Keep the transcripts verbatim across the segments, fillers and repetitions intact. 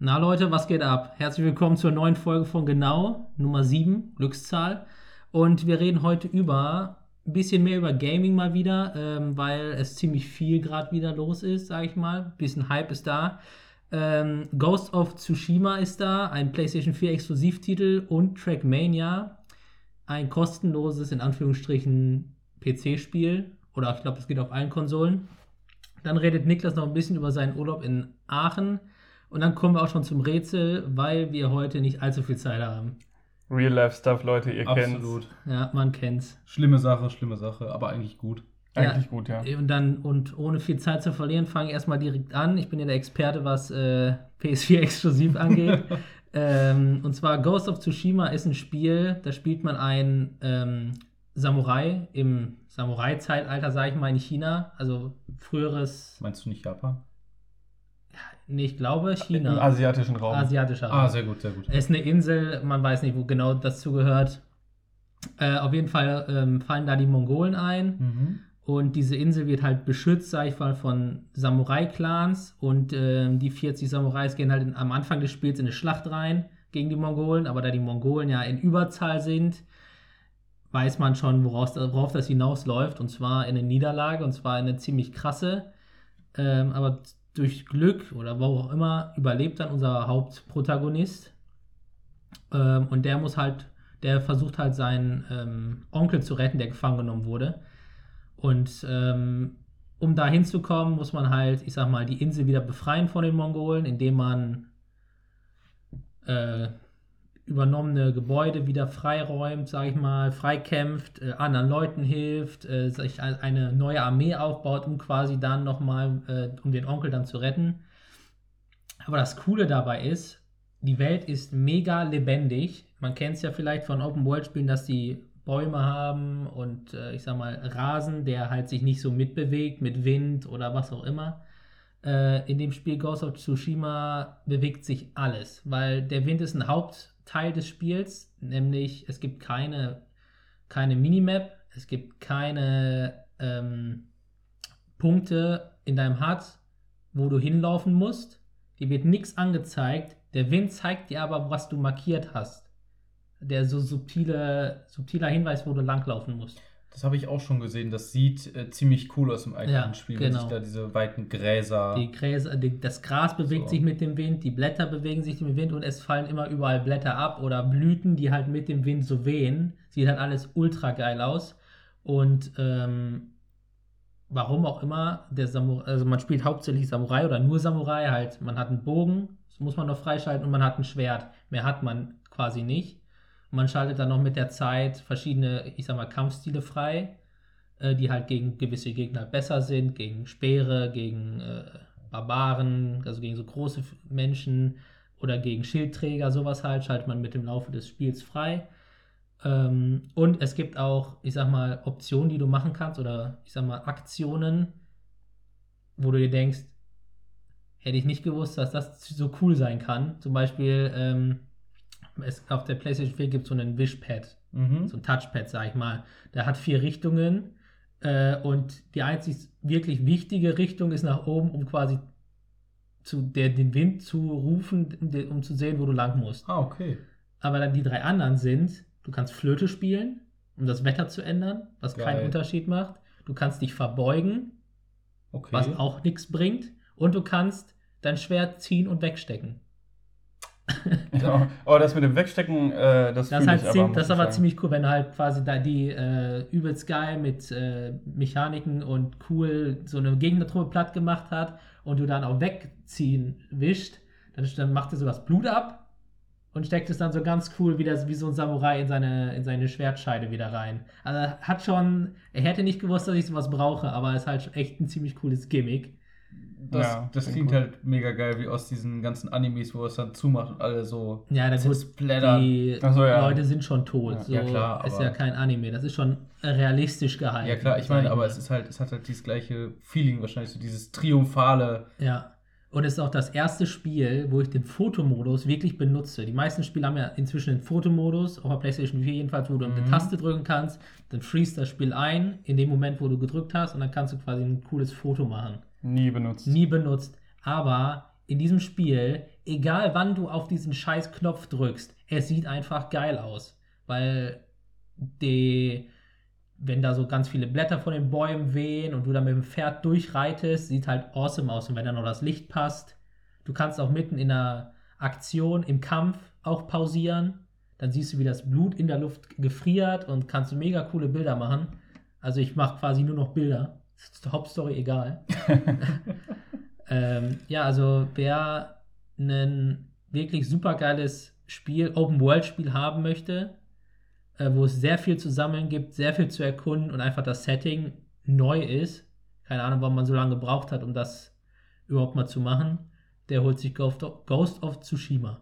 Na Leute, was geht ab? Herzlich willkommen zur neuen Folge von Genau, Nummer sieben, Glückszahl. Und wir reden heute über ein bisschen mehr über Gaming mal wieder, ähm, weil es ziemlich viel gerade wieder los ist, sage ich mal. Ein bisschen Hype ist da. Ähm, Ghost of Tsushima ist da, ein PlayStation vier Exklusivtitel, und Trackmania, ein kostenloses, in Anführungsstrichen, P C-Spiel. Oder ich glaube, das geht auf allen Konsolen. Dann redet Niklas noch ein bisschen über seinen Urlaub in Aachen. Und dann kommen wir auch schon zum Rätsel, weil wir heute nicht allzu viel Zeit haben. Real-Life-Stuff, Leute, ihr kennt's. Absolut. Ja, man kennt's. Schlimme Sache, schlimme Sache, aber eigentlich gut. Eigentlich Ja, gut, ja. Und dann, und ohne viel Zeit zu verlieren, fange ich erstmal direkt an. Ich bin ja der Experte, was äh, P S vier exklusiv angeht. ähm, und zwar Ghost of Tsushima ist ein Spiel, da spielt man einen ähm, Samurai im Samurai-Zeitalter, sage ich mal, in China. Also früheres, Meinst du nicht Japan? nee, ich glaube China. Im asiatischen Raum. Asiatischer Raum. Ah, sehr gut, sehr gut. Es ist eine Insel, man weiß nicht, wo genau das zugehört. Äh, auf jeden Fall ähm, fallen da die Mongolen ein. Mhm. Und diese Insel wird halt beschützt, sag ich mal, von Samurai-Clans. Und ähm, die vierzig Samurais gehen halt in, am Anfang des Spiels in eine Schlacht rein gegen die Mongolen. Aber da die Mongolen ja in Überzahl sind, weiß man schon, woraus, worauf das hinausläuft. Und zwar in eine Niederlage, und zwar in eine ziemlich krasse. Ähm, aber durch Glück oder wo auch immer überlebt dann unser Hauptprotagonist. Ähm, und der muss halt, der versucht halt seinen ähm, Onkel zu retten, der gefangen genommen wurde. Und ähm, um da hinzukommen, muss man halt, ich sag mal, die Insel wieder befreien von den Mongolen, indem man äh, übernommene Gebäude wieder freiräumt, sag ich mal, freikämpft, äh, anderen Leuten hilft, äh, sich eine neue Armee aufbaut, um quasi dann nochmal, äh, um den Onkel dann zu retten. Aber das Coole dabei ist, die Welt ist mega lebendig. Man kennt es ja vielleicht von Open-World-Spielen, dass die Bäume haben und äh, ich sag mal Rasen, der halt sich nicht so mitbewegt mit Wind oder was auch immer. Äh, in dem Spiel Ghost of Tsushima bewegt sich alles, weil der Wind ist ein Hauptteil des Spiels, nämlich es gibt keine, keine Minimap, es gibt keine ähm, Punkte in deinem H U D, wo du hinlaufen musst. Dir wird nichts angezeigt, der Wind zeigt dir aber, was du markiert hast. Der so subtile, subtiler Hinweis, wo du langlaufen musst. Das habe ich auch schon gesehen. Das sieht äh, ziemlich cool aus im eigenen Ja, Spiel, genau. wenn sich da diese weiten Gräser... Die Gräser, die, das Gras bewegt So. sich mit dem Wind, die Blätter bewegen sich mit dem Wind und es fallen immer überall Blätter ab oder Blüten, die halt mit dem Wind so wehen. Sieht halt alles ultra geil aus. Und ähm, warum auch immer, der Samurai, also man spielt hauptsächlich Samurai oder nur Samurai, halt, man hat einen Bogen, das muss man noch freischalten, und man hat ein Schwert. Mehr hat man quasi nicht. Und man schaltet dann noch mit der Zeit verschiedene, ich sag mal, Kampfstile frei, äh, die halt gegen gewisse Gegner besser sind, gegen Speere, gegen äh, Barbaren, also gegen so große Menschen oder gegen Schildträger, sowas halt, schaltet man mit dem Laufe des Spiels frei. Ähm, und es gibt auch, ich sag mal, Optionen, die du machen kannst, oder ich sag mal, Aktionen, wo du dir denkst, hätte ich nicht gewusst, dass das so cool sein kann. Zum Beispiel, ähm, es, auf der PlayStation vier gibt es so einen Wishpad, Mhm. so ein Touchpad, sag ich mal. Der hat vier Richtungen äh, und die einzig wirklich wichtige Richtung ist nach oben, um quasi zu der, den Wind zu rufen, um, de, um zu sehen, wo du lang musst. Ah, okay. Aber dann die drei anderen sind, du kannst Flöte spielen, um das Wetter zu ändern, was Geil. keinen Unterschied macht. Du kannst dich verbeugen, Okay. was auch nichts bringt. Und du kannst dein Schwert ziehen und wegstecken. Ja. Aber das mit dem Wegstecken, äh, das Das ist fühle halt ich aber, ziem- muss das ist ich aber sagen. ziemlich cool, wenn du halt quasi da die äh, übelst geil mit äh, Mechaniken und cool so eine Gegnertruppe platt gemacht hat und du dann auch wegziehen wischt, dann, dann macht er so das Blut ab und steckt es dann so ganz cool wieder wie so ein Samurai in seine, in seine Schwertscheide wieder rein. Also er hat schon, er hätte nicht gewusst, dass ich sowas brauche, aber es ist halt echt ein ziemlich cooles Gimmick. Das, Ja, das klingt klingt gut. halt mega geil, wie aus diesen ganzen Animes, wo es dann zumacht und alle so Ja, da gut, zersplattern. die Ach so, ja. Leute sind schon tot. Ja, so ja, klar, ist aber- ja kein Anime, das ist schon realistisch gehalten. Ja klar, ich sag meine, aber mal. es ist halt, es hat halt dieses gleiche Feeling wahrscheinlich, so dieses triumphale. Ja. Und es ist auch das erste Spiel, wo ich den Fotomodus wirklich benutze. Die meisten Spiele haben ja inzwischen den Fotomodus, auf der PlayStation vier jedenfalls, wo du Mhm. eine Taste drücken kannst, dann freest das Spiel ein, in dem Moment, wo du gedrückt hast, und dann kannst du quasi ein cooles Foto machen. Nie benutzt. Nie benutzt. Aber in diesem Spiel egal wann du auf diesen scheiß Knopf drückst, es sieht einfach geil aus. Weil die, wenn da so ganz viele Blätter von den Bäumen wehen und du da mit dem Pferd durchreitest, sieht halt awesome aus. Und wenn dann noch das Licht passt, du kannst auch mitten in einer Aktion, im Kampf auch pausieren. Dann siehst du, wie das Blut in der Luft gefriert und kannst du mega coole Bilder machen. Also ich mache quasi nur noch Bilder. Ist die Hauptstory egal. ähm, ja, also wer ein wirklich super geiles Spiel, Open-World-Spiel haben möchte, äh, wo es sehr viel zu sammeln gibt, sehr viel zu erkunden und einfach das Setting neu ist, keine Ahnung, warum man so lange gebraucht hat, um das überhaupt mal zu machen, der holt sich Ghost of, Ghost of Tsushima.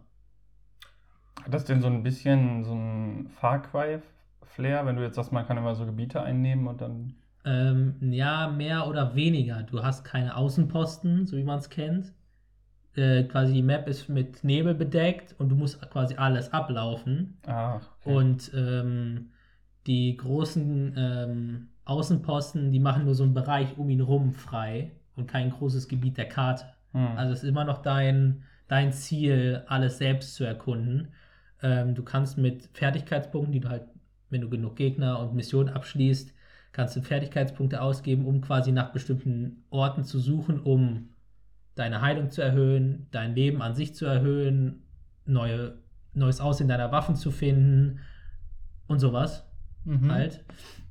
Hat das denn so ein bisschen so ein Far Cry-Flair, wenn du jetzt sagst, man kann immer so Gebiete einnehmen und dann... Ähm, ja, mehr oder weniger. Du hast keine Außenposten, so wie man es kennt. Äh, quasi die Map ist mit Nebel bedeckt und du musst quasi alles ablaufen. Ah, okay. Und ähm, die großen ähm, Außenposten, die machen nur so einen Bereich um ihn rum frei und kein großes Gebiet der Karte. Hm. Also es ist immer noch dein, dein Ziel, alles selbst zu erkunden. Ähm, du kannst mit Fertigkeitspunkten, die du halt, wenn du genug Gegner und Missionen abschließt, kannst du Fertigkeitspunkte ausgeben, um quasi nach bestimmten Orten zu suchen, um deine Heilung zu erhöhen, dein Leben an sich zu erhöhen, neue, neues Aussehen deiner Waffen zu finden und sowas Mhm. halt.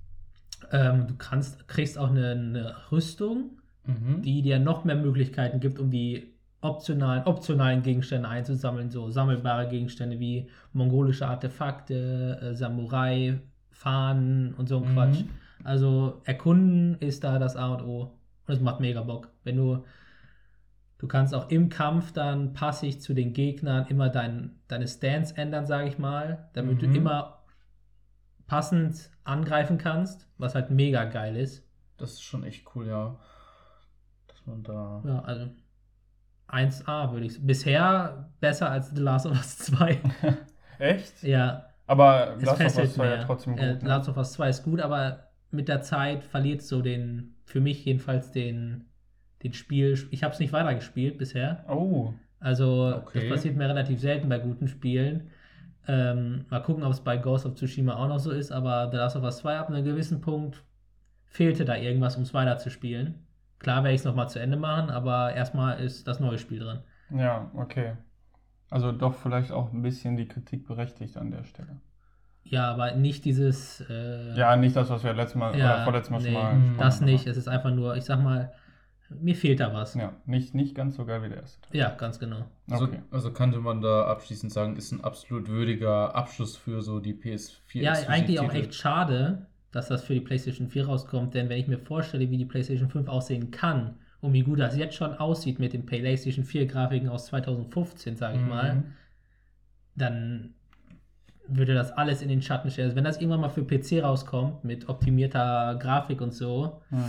Ähm, du kannst, kriegst auch eine, eine Rüstung, Mhm. die dir noch mehr Möglichkeiten gibt, um die optionalen, optionalen Gegenstände einzusammeln, so sammelbare Gegenstände wie mongolische Artefakte, äh, Samurai, Fahnen und so ein Mhm. Quatsch. Also erkunden ist da das A und O und es macht mega Bock. Wenn du, du kannst auch im Kampf dann passig zu den Gegnern immer dein, deine Stance ändern, sage ich mal, damit Mhm. du immer passend angreifen kannst, was halt mega geil ist. Das ist schon echt cool, ja. Dass man da. Ja, also eins A würde ich sagen. Bisher besser als The Last of Us zwei. Echt? Ja, Aber es Last of fesselt Us war ja mehr. trotzdem gut. Äh, ne? Last of Us zwei ist gut, aber mit der Zeit verliert so den, für mich jedenfalls den, den Spiel. Ich habe es nicht weitergespielt bisher. Oh, Also Okay. das passiert mir relativ selten bei guten Spielen. Ähm, mal gucken, ob es bei Ghost of Tsushima auch noch so ist, aber The Last of Us zwei ab einem gewissen Punkt fehlte da irgendwas, um es weiterzuspielen. Klar werde ich es nochmal zu Ende machen, aber erstmal ist das neue Spiel drin. ja, okay. Also doch vielleicht auch ein bisschen die Kritik berechtigt an der Stelle. Ja, aber nicht dieses. Äh, Ja, nicht das, was wir letztes Mal ja, oder vorletztes Mal schon nee, mal Mhm. gesprochen das haben. nicht. Es ist einfach nur, ich sag mal, mir fehlt da was. Ja, Ja, nicht, nicht ganz so geil wie der erste Teil. ganz genau. Also, Okay. also könnte man da abschließend sagen, ist ein absolut würdiger Abschluss für so die P S vier. Ja, eigentlich auch Exklusivtitel. echt schade, dass das für die PlayStation vier rauskommt, denn wenn ich mir vorstelle, wie die PlayStation fünf aussehen kann und wie gut das jetzt schon aussieht mit den PlayStation vier Grafiken aus zweitausendfünfzehn, sage ich Mhm. mal, dann würde das alles in den Schatten stellen. Also wenn das irgendwann mal für P C rauskommt, mit optimierter Grafik und so, Mhm.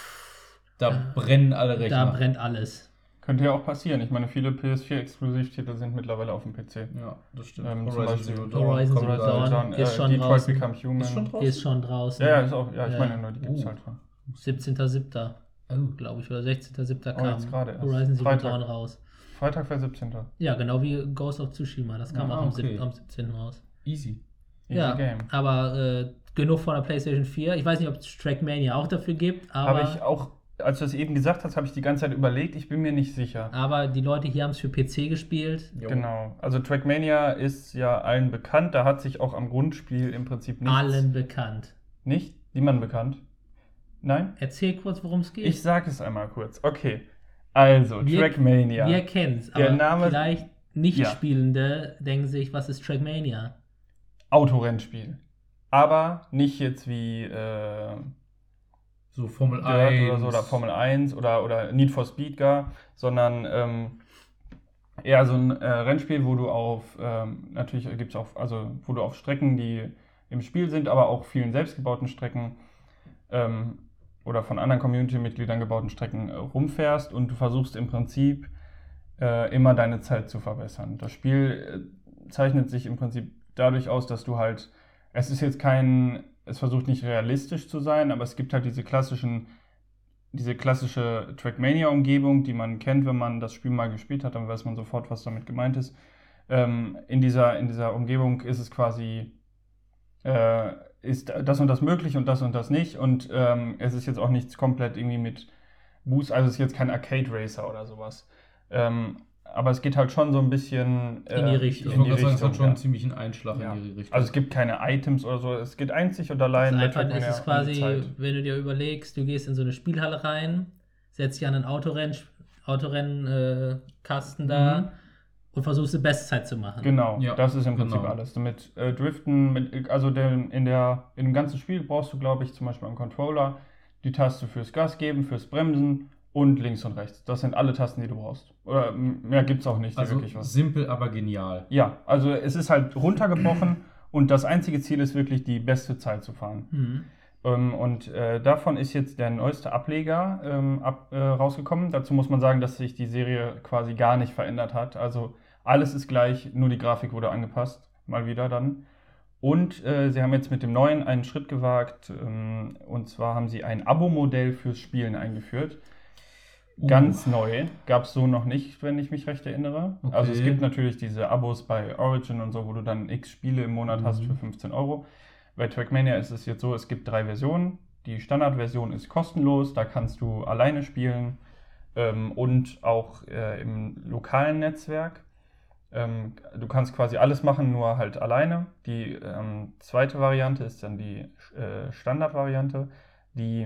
Da brennen alle Rechner. da brennt alles. Könnte ja auch passieren. Ich meine, viele P S vier Exklusivtitel sind mittlerweile auf dem P C. Ja, das stimmt. Ähm, zum Horizon Beispiel Zero Dawn. Horizon kommt Zero da- Dawn. ist schon Detroit draußen. Become Human. Ist schon draußen? Ist schon draußen. Ja, ja, ist auch. Ja, ich Ja. meine, nur die gibt's Oh. halt schon. siebzehnter siebter Oh. glaube ich, oder sechzehnter siebter Oh, kam jetzt gerade erst. Horizon Zero Freitag. Dawn raus. Freitag wäre siebzehnter. Ja, genau wie Ghost of Tsushima. Das kam Ja, auch am, okay. sieb- am siebzehnten raus. Easy. Easy Ja, Game. aber äh, genug von der PlayStation vier. Ich weiß nicht, ob es Trackmania auch dafür gibt, aber, Habe ich auch, als du es eben gesagt hast, habe ich die ganze Zeit überlegt. Ich bin mir nicht sicher. aber die Leute hier haben es für P C gespielt. Jo. Genau. Also Trackmania ist ja allen bekannt. Da hat sich auch am Grundspiel im Prinzip nichts. Allen bekannt. Nicht? Niemand bekannt? Nein? Erzähl kurz, worum es geht. Ich sage es einmal kurz. Okay. Also, Wir- Trackmania. Wir kennen es, Der aber Name- vielleicht Ja. Nicht-Spielende denken sich, was ist Trackmania? Autorennspiel. Aber nicht jetzt wie äh, So Formel Dirt eins. oder so oder Formel eins oder, oder Need for Speed gar, sondern ähm, eher so ein äh, Rennspiel, wo du auf, ähm, natürlich gibt es auch, also wo du auf Strecken, die im Spiel sind, aber auch vielen selbstgebauten Strecken ähm, oder von anderen Community-Mitgliedern gebauten Strecken äh, rumfährst und du versuchst im Prinzip äh, immer deine Zeit zu verbessern. Das Spiel äh, zeichnet sich im Prinzip dadurch aus, dass du halt, es ist jetzt kein, es versucht nicht realistisch zu sein, aber es gibt halt diese klassischen diese klassische Trackmania-Umgebung, die man kennt, wenn man das Spiel mal gespielt hat, dann weiß man sofort, was damit gemeint ist. Ähm, in, dieser, in dieser Umgebung ist es quasi, äh, ist das und das möglich und das und das nicht. Und ähm, es ist jetzt auch nichts komplett irgendwie mit Boost, also es ist jetzt kein Arcade Racer oder sowas. Ähm, aber es geht halt schon so ein bisschen äh, in die Richtung. Ich wollte gerade sagen, es hat schon ja. einen ziemlichen Einschlag ja. in die Richtung. Also es gibt keine Items oder so, es geht einzig und allein. Das iPad ist es quasi, wenn du dir überlegst, du gehst in so eine Spielhalle rein, setzt dich an einen Autorenn, Autorennkasten äh, da mhm. und versuchst eine Bestzeit zu machen. Genau, ja, das ist im Prinzip genau. alles. Mit äh, Driften, mit, also den, in, der, in dem ganzen Spiel brauchst du, glaube ich, zum Beispiel am Controller die Taste fürs Gas geben, fürs Bremsen und links und rechts. Das sind alle Tasten, die du brauchst. Oder mehr gibt es auch nicht. Also wirklich was. Simpel, aber genial. Ja, also es ist halt runtergebrochen und das einzige Ziel ist wirklich, die beste Zeit zu fahren. Mhm. Ähm, und äh, davon ist jetzt der neueste Ableger ähm, ab, äh, rausgekommen. Dazu muss man sagen, dass sich die Serie quasi gar nicht verändert hat. Also alles ist gleich, nur die Grafik wurde angepasst. Mal wieder dann. Und äh, sie haben jetzt mit dem neuen einen Schritt gewagt. Ähm, und zwar haben sie ein Abo-Modell fürs Spielen eingeführt. Ganz uh. neu. Gab es so noch nicht, wenn ich mich recht erinnere. Okay. Also es gibt natürlich diese Abos bei Origin und so, wo du dann x Spiele im Monat mhm. hast für fünfzehn Euro. Bei Trackmania ist es jetzt so, es gibt drei Versionen. Die Standardversion ist kostenlos, da kannst du alleine spielen ähm, und auch äh, im lokalen Netzwerk. Ähm, du kannst quasi alles machen, nur halt alleine. Die ähm, zweite Variante ist dann die äh, Standardvariante, die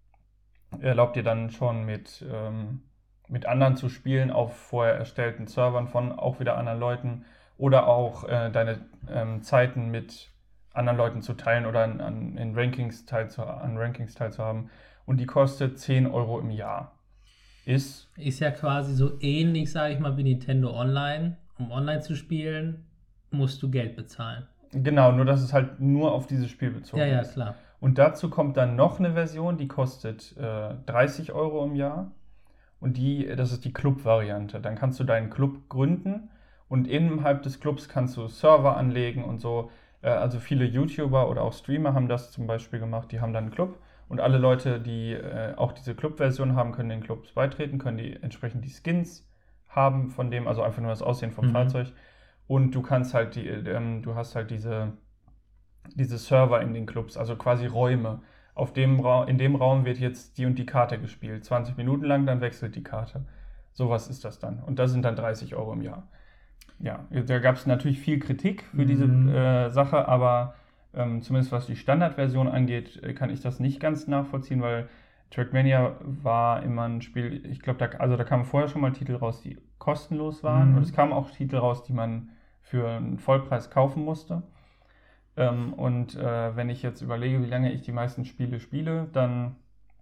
erlaubt dir dann schon mit, ähm, mit anderen zu spielen auf vorher erstellten Servern von auch wieder anderen Leuten oder auch äh, deine ähm, Zeiten mit anderen Leuten zu teilen oder an, an, in Rankings teil zu, an Rankings teilzuhaben. Und die kostet zehn Euro im Jahr. Ist, ist ja quasi so ähnlich, sage ich mal, wie Nintendo Online. Um online zu spielen, musst du Geld bezahlen. Genau, nur dass es halt nur auf dieses Spiel bezogen ist. Ja, ja, ist. klar. Und dazu kommt dann noch eine Version, die kostet äh, dreißig Euro im Jahr. Und die, das ist die Club-Variante. Dann kannst du deinen Club gründen und innerhalb des Clubs kannst du Server anlegen und so. Also viele YouTuber oder auch Streamer haben das zum Beispiel gemacht, die haben dann einen Club und alle Leute, die äh, auch diese Club-Version haben, können den Clubs beitreten, können die entsprechend die Skins haben von dem, also einfach nur das Aussehen vom mhm. Fahrzeug und du kannst halt die, ähm, du hast halt diese, diese Server in den Clubs, also quasi Räume. Auf dem Ra- in dem Raum wird jetzt die und die Karte gespielt, zwanzig Minuten lang, dann wechselt die Karte. Sowas ist das dann und das sind dann dreißig Euro im Jahr. Ja, da gab es natürlich viel Kritik für diese mhm. äh, Sache, aber ähm, zumindest was die Standardversion angeht, äh, kann ich das nicht ganz nachvollziehen, weil Trackmania war immer ein Spiel, ich glaube, da, also da kamen vorher schon mal Titel raus, die kostenlos waren mhm. und es kamen auch Titel raus, die man für einen Vollpreis kaufen musste. Ähm, und äh, wenn ich jetzt überlege, wie lange ich die meisten Spiele spiele, dann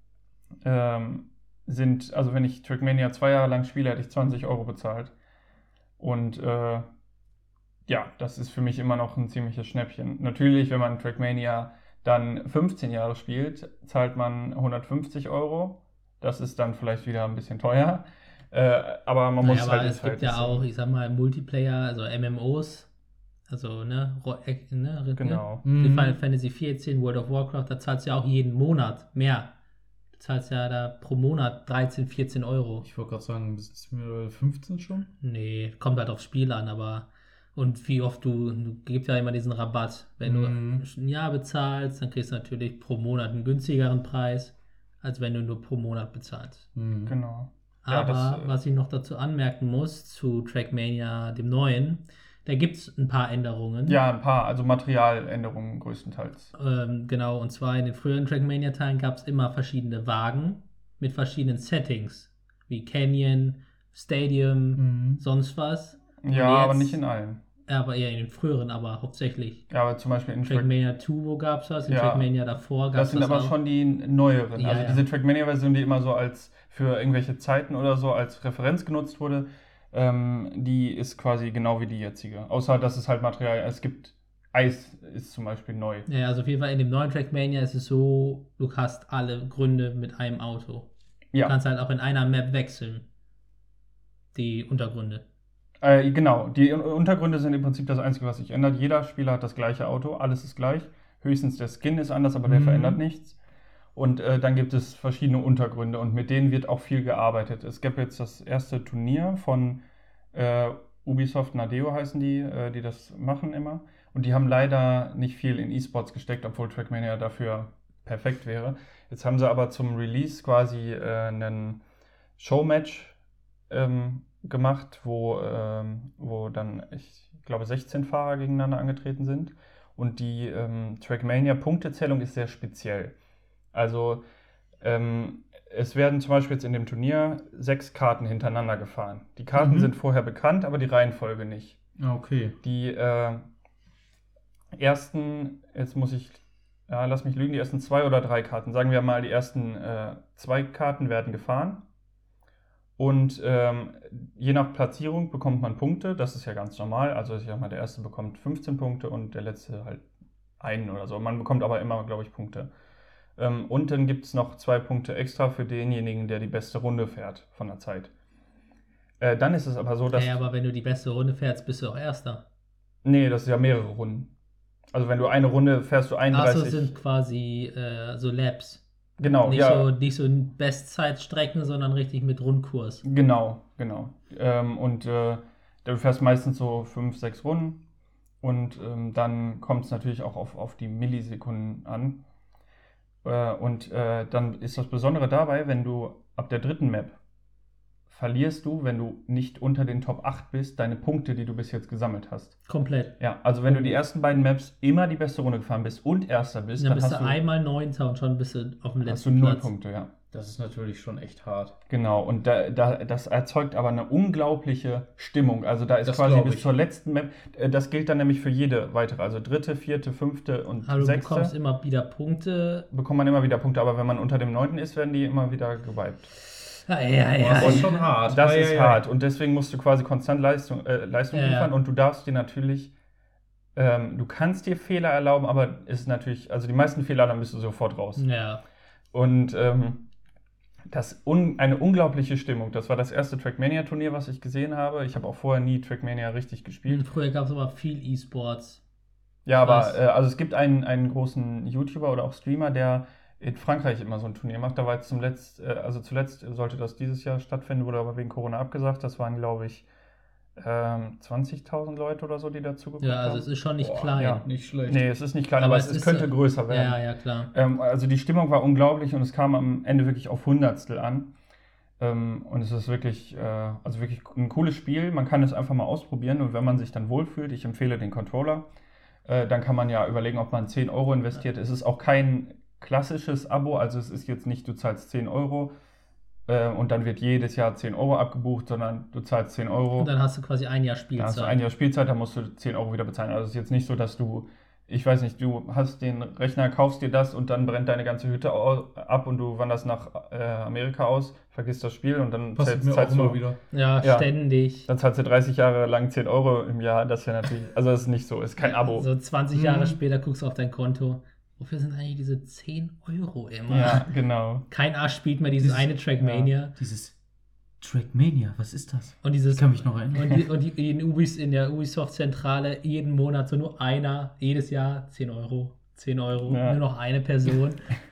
ähm, sind, also wenn ich Trackmania zwei Jahre lang spiele, hätte ich zwanzig Euro bezahlt. Und äh, ja, das ist für mich immer noch ein ziemliches Schnäppchen. Natürlich, wenn man Trackmania dann fünfzehn Jahre spielt, zahlt man hundertfünfzig Euro. Das ist dann vielleicht wieder ein bisschen teuer. Äh, aber man naja, muss aber halt... es gibt ja auch, ich sag mal, Multiplayer, also M M Os, also ne, ne, genau. ne? Final Fantasy vierzehn, World of Warcraft, da zahlst du ja auch jeden Monat mehr. Du zahlst ja da pro Monat dreizehn, vierzehn Euro. Ich wollte gerade sagen, bist du fünfzehn schon? Nee, kommt halt aufs Spiel an, aber und wie oft du, du gibst ja immer diesen Rabatt. Wenn mm. du ein Jahr bezahlst, dann kriegst du natürlich pro Monat einen günstigeren Preis, als wenn du nur pro Monat bezahlst. Mm. Genau. Aber ja, das, was ich noch dazu anmerken muss, zu Trackmania, dem neuen, da gibt es ein paar Änderungen. Ja, ein paar, also Materialänderungen größtenteils. Ähm, genau, und zwar in den früheren Trackmania-Teilen gab es immer verschiedene Wagen mit verschiedenen Settings, wie Canyon, Stadium, mhm. sonst was. Und ja, jetzt, aber nicht in allen. Aber eher in den früheren, aber hauptsächlich. Ja, aber zum Beispiel in Trackmania Track- zwei, wo gab es das? In ja, Trackmania davor gab es das. Das sind aber auch schon die neueren. Ja, also ja. diese Trackmania-Version, die immer so als für irgendwelche Zeiten oder so als Referenz genutzt wurde, ähm, die ist quasi genau wie die jetzige. Außer, dass es halt Material, es gibt Eis ist zum Beispiel neu. Ja, also auf jeden Fall in dem neuen Trackmania ist es so, du hast alle Gründe mit einem Auto. Ja. Du kannst halt auch in einer Map wechseln. Die Untergründe. Äh, genau, die Untergründe sind im Prinzip das Einzige, was sich ändert. Jeder Spieler hat das gleiche Auto, alles ist gleich. Höchstens der Skin ist anders, aber der mhm. verändert nichts. Und äh, dann gibt es verschiedene Untergründe und mit denen wird auch viel gearbeitet. Es gab jetzt das erste Turnier von äh, Ubisoft Nadeo heißen die, äh, die das machen immer. Und die haben leider nicht viel in E-Sports gesteckt, obwohl Trackmania dafür perfekt wäre. Jetzt haben sie aber zum Release quasi äh, einen Showmatch ähm, gemacht, wo, ähm, wo dann, ich glaube, sechzehn Fahrer gegeneinander angetreten sind. Und die ähm, Trackmania-Punktezählung ist sehr speziell. Also ähm, es werden zum Beispiel jetzt in dem Turnier sechs Karten hintereinander gefahren. Die Karten Mhm. sind vorher bekannt, aber die Reihenfolge nicht. Ah, okay. Die äh, ersten, jetzt muss ich, ja, lass mich lügen, die ersten zwei oder drei Karten, sagen wir mal, die ersten äh, zwei Karten werden gefahren. Und ähm, je nach Platzierung bekommt man Punkte, das ist ja ganz normal. Also ich sag mal, der erste bekommt fünfzehn Punkte und der letzte halt einen oder so. Man bekommt aber immer, glaube ich, Punkte. Ähm, und dann gibt es noch zwei Punkte extra für denjenigen, der die beste Runde fährt von der Zeit. Äh, dann ist es aber so, dass... Ja, aber wenn du die beste Runde fährst, bist du auch Erster. Nee, das ist ja mehrere Runden. Also wenn du eine Runde fährst, du einunddreißig... Achso, sind quasi äh, so Laps. Genau, Nicht, ja. so, nicht so Bestzeitstrecken, sondern richtig mit Rundkurs. Genau, genau. Ähm, und äh, du fährst meistens so fünf, sechs Runden und ähm, dann kommt es natürlich auch auf, auf die Millisekunden an. Äh, und äh, dann ist das Besondere dabei, wenn du ab der dritten Map verlierst du, wenn du nicht unter den Top acht bist, deine Punkte, die du bis jetzt gesammelt hast. Komplett. Ja, also wenn du die ersten beiden Maps immer die beste Runde gefahren bist und Erster bist, Dann dann, bist hast du du, einmal Neunter und schon bist du auf dem hast du letzten null Platz. Punkte, ja. Das ist natürlich schon echt hart. Genau, und da, da, das erzeugt aber eine unglaubliche Stimmung. Also da ist Das quasi glaub bis ich. zur letzten Map, äh, das gilt dann nämlich für jede weitere, also dritte, vierte, fünfte und Aber du bekommst sechste, immer wieder Punkte. bekommt man immer wieder Punkte, aber wenn man unter dem neunten ist, werden die immer wieder gewiped. Ja, ja, Boah, ja. das ist Und schon hart. Das Ei, ist ei, ei. hart und deswegen musst du quasi konstant Leistung, äh, Leistung Ja, ja. liefern und du darfst dir natürlich, ähm, du kannst dir Fehler erlauben, aber es ist natürlich, also die meisten Fehler, dann bist du sofort raus. Ja. Und ähm, das un, eine unglaubliche Stimmung. Das war das erste Trackmania-Turnier, was ich gesehen habe. Ich habe auch vorher nie Trackmania richtig gespielt. Früher gab es aber viel E-Sports. Ja, aber Krass. äh, also es gibt einen, einen großen YouTuber oder auch Streamer, der in Frankreich immer so ein Turnier macht. Da war jetzt zum Letzt, äh, also zuletzt sollte das dieses Jahr stattfinden, wurde aber wegen Corona abgesagt. Das waren, glaube ich, ähm, zwanzigtausend Leute oder so, die dazu geguckt Ja, also haben. es ist schon nicht Boah, klein. ja. Nicht schlecht. Nee, es ist nicht klein, aber, Aber es, es es ist, könnte äh, größer werden. Ja, ja, klar. Ähm, also die Stimmung war unglaublich und es kam am Ende wirklich auf Hundertstel an. Ähm, und es ist wirklich, äh, also wirklich ein cooles Spiel. Man kann es einfach mal ausprobieren und wenn man sich dann wohlfühlt, ich empfehle den Controller, äh, dann kann man ja überlegen, ob man zehn Euro investiert. Es ist auch kein klassisches Abo, also es ist jetzt nicht, du zahlst zehn Euro äh, und dann wird jedes Jahr zehn Euro abgebucht, sondern du zahlst zehn Euro. Und dann hast du quasi ein Jahr Da Spielzeit. hast du ein Jahr Spielzeit, da musst du zehn Euro wieder bezahlen. Also es ist jetzt nicht so, dass du, ich weiß nicht, du hast den Rechner, kaufst dir das und dann brennt deine ganze Hütte au- ab und du wanderst nach äh, Amerika aus, vergisst das Spiel und dann Passiert zahlst, mir auch zahlst immer du, wieder. Ja, Ja. ständig. dann zahlst du dreißig Jahre lang zehn Euro im Jahr. Das wäre natürlich, also das ist nicht so, ist kein Abo. So zwanzig Jahre Mhm. später guckst du auf dein Konto. Wofür sind eigentlich diese zehn Euro immer? Ja, genau. Kein Arsch spielt mehr dieses Dieses- eine Trackmania. Dieses Trackmania, was ist das? Und dieses Ich kann mich noch erinnern. Und, die, und die, in, Ubis, in der Ubisoft-Zentrale jeden Monat so nur einer, jedes Jahr zehn Euro, zehn Euro, Ja. nur noch eine Person.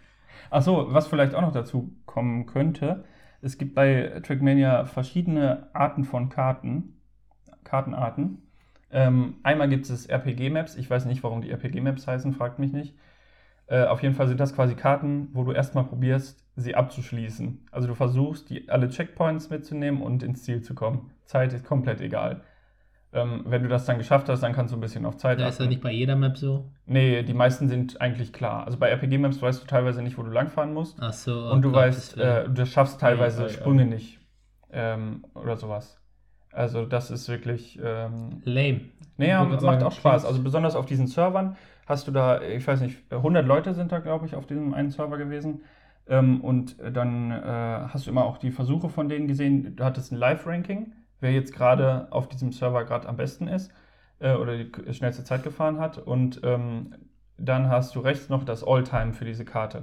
Achso, was vielleicht auch noch dazu kommen könnte, es gibt bei Trackmania verschiedene Arten von Karten, Kartenarten. Ähm, einmal gibt es R P G-Maps, ich weiß nicht, warum die R P G-Maps heißen, fragt mich nicht. Äh, auf jeden Fall sind das quasi Karten, wo du erstmal probierst, sie abzuschließen. Also du versuchst, die, alle Checkpoints mitzunehmen und ins Ziel zu kommen. Zeit ist komplett egal. Ähm, wenn du das dann geschafft hast, dann kannst du ein bisschen auf Zeit Da ist ja achten. nicht bei jeder Map so. Nee, die meisten sind eigentlich klar. Also bei R P G-Maps weißt du teilweise nicht, wo du langfahren musst. Ach so. Und du oh weißt, Gottes Willen. äh, du schaffst teilweise Ei, ei, ei. Sprünge nicht. Ähm, oder sowas. Also das ist wirklich... Ähm, Lame. naja, Ich macht wollte sagen, auch Spaß. klingt- Also besonders auf diesen Servern hast du da, ich weiß nicht, hundert Leute sind da, glaube ich, auf diesem einen Server gewesen. Ähm, und dann äh, hast du immer auch die Versuche von denen gesehen. Du hattest ein Live-Ranking, wer jetzt gerade auf diesem Server gerade am besten ist äh, oder die k- schnellste Zeit gefahren hat. Und ähm, dann hast du rechts noch das All-Time für diese Karte.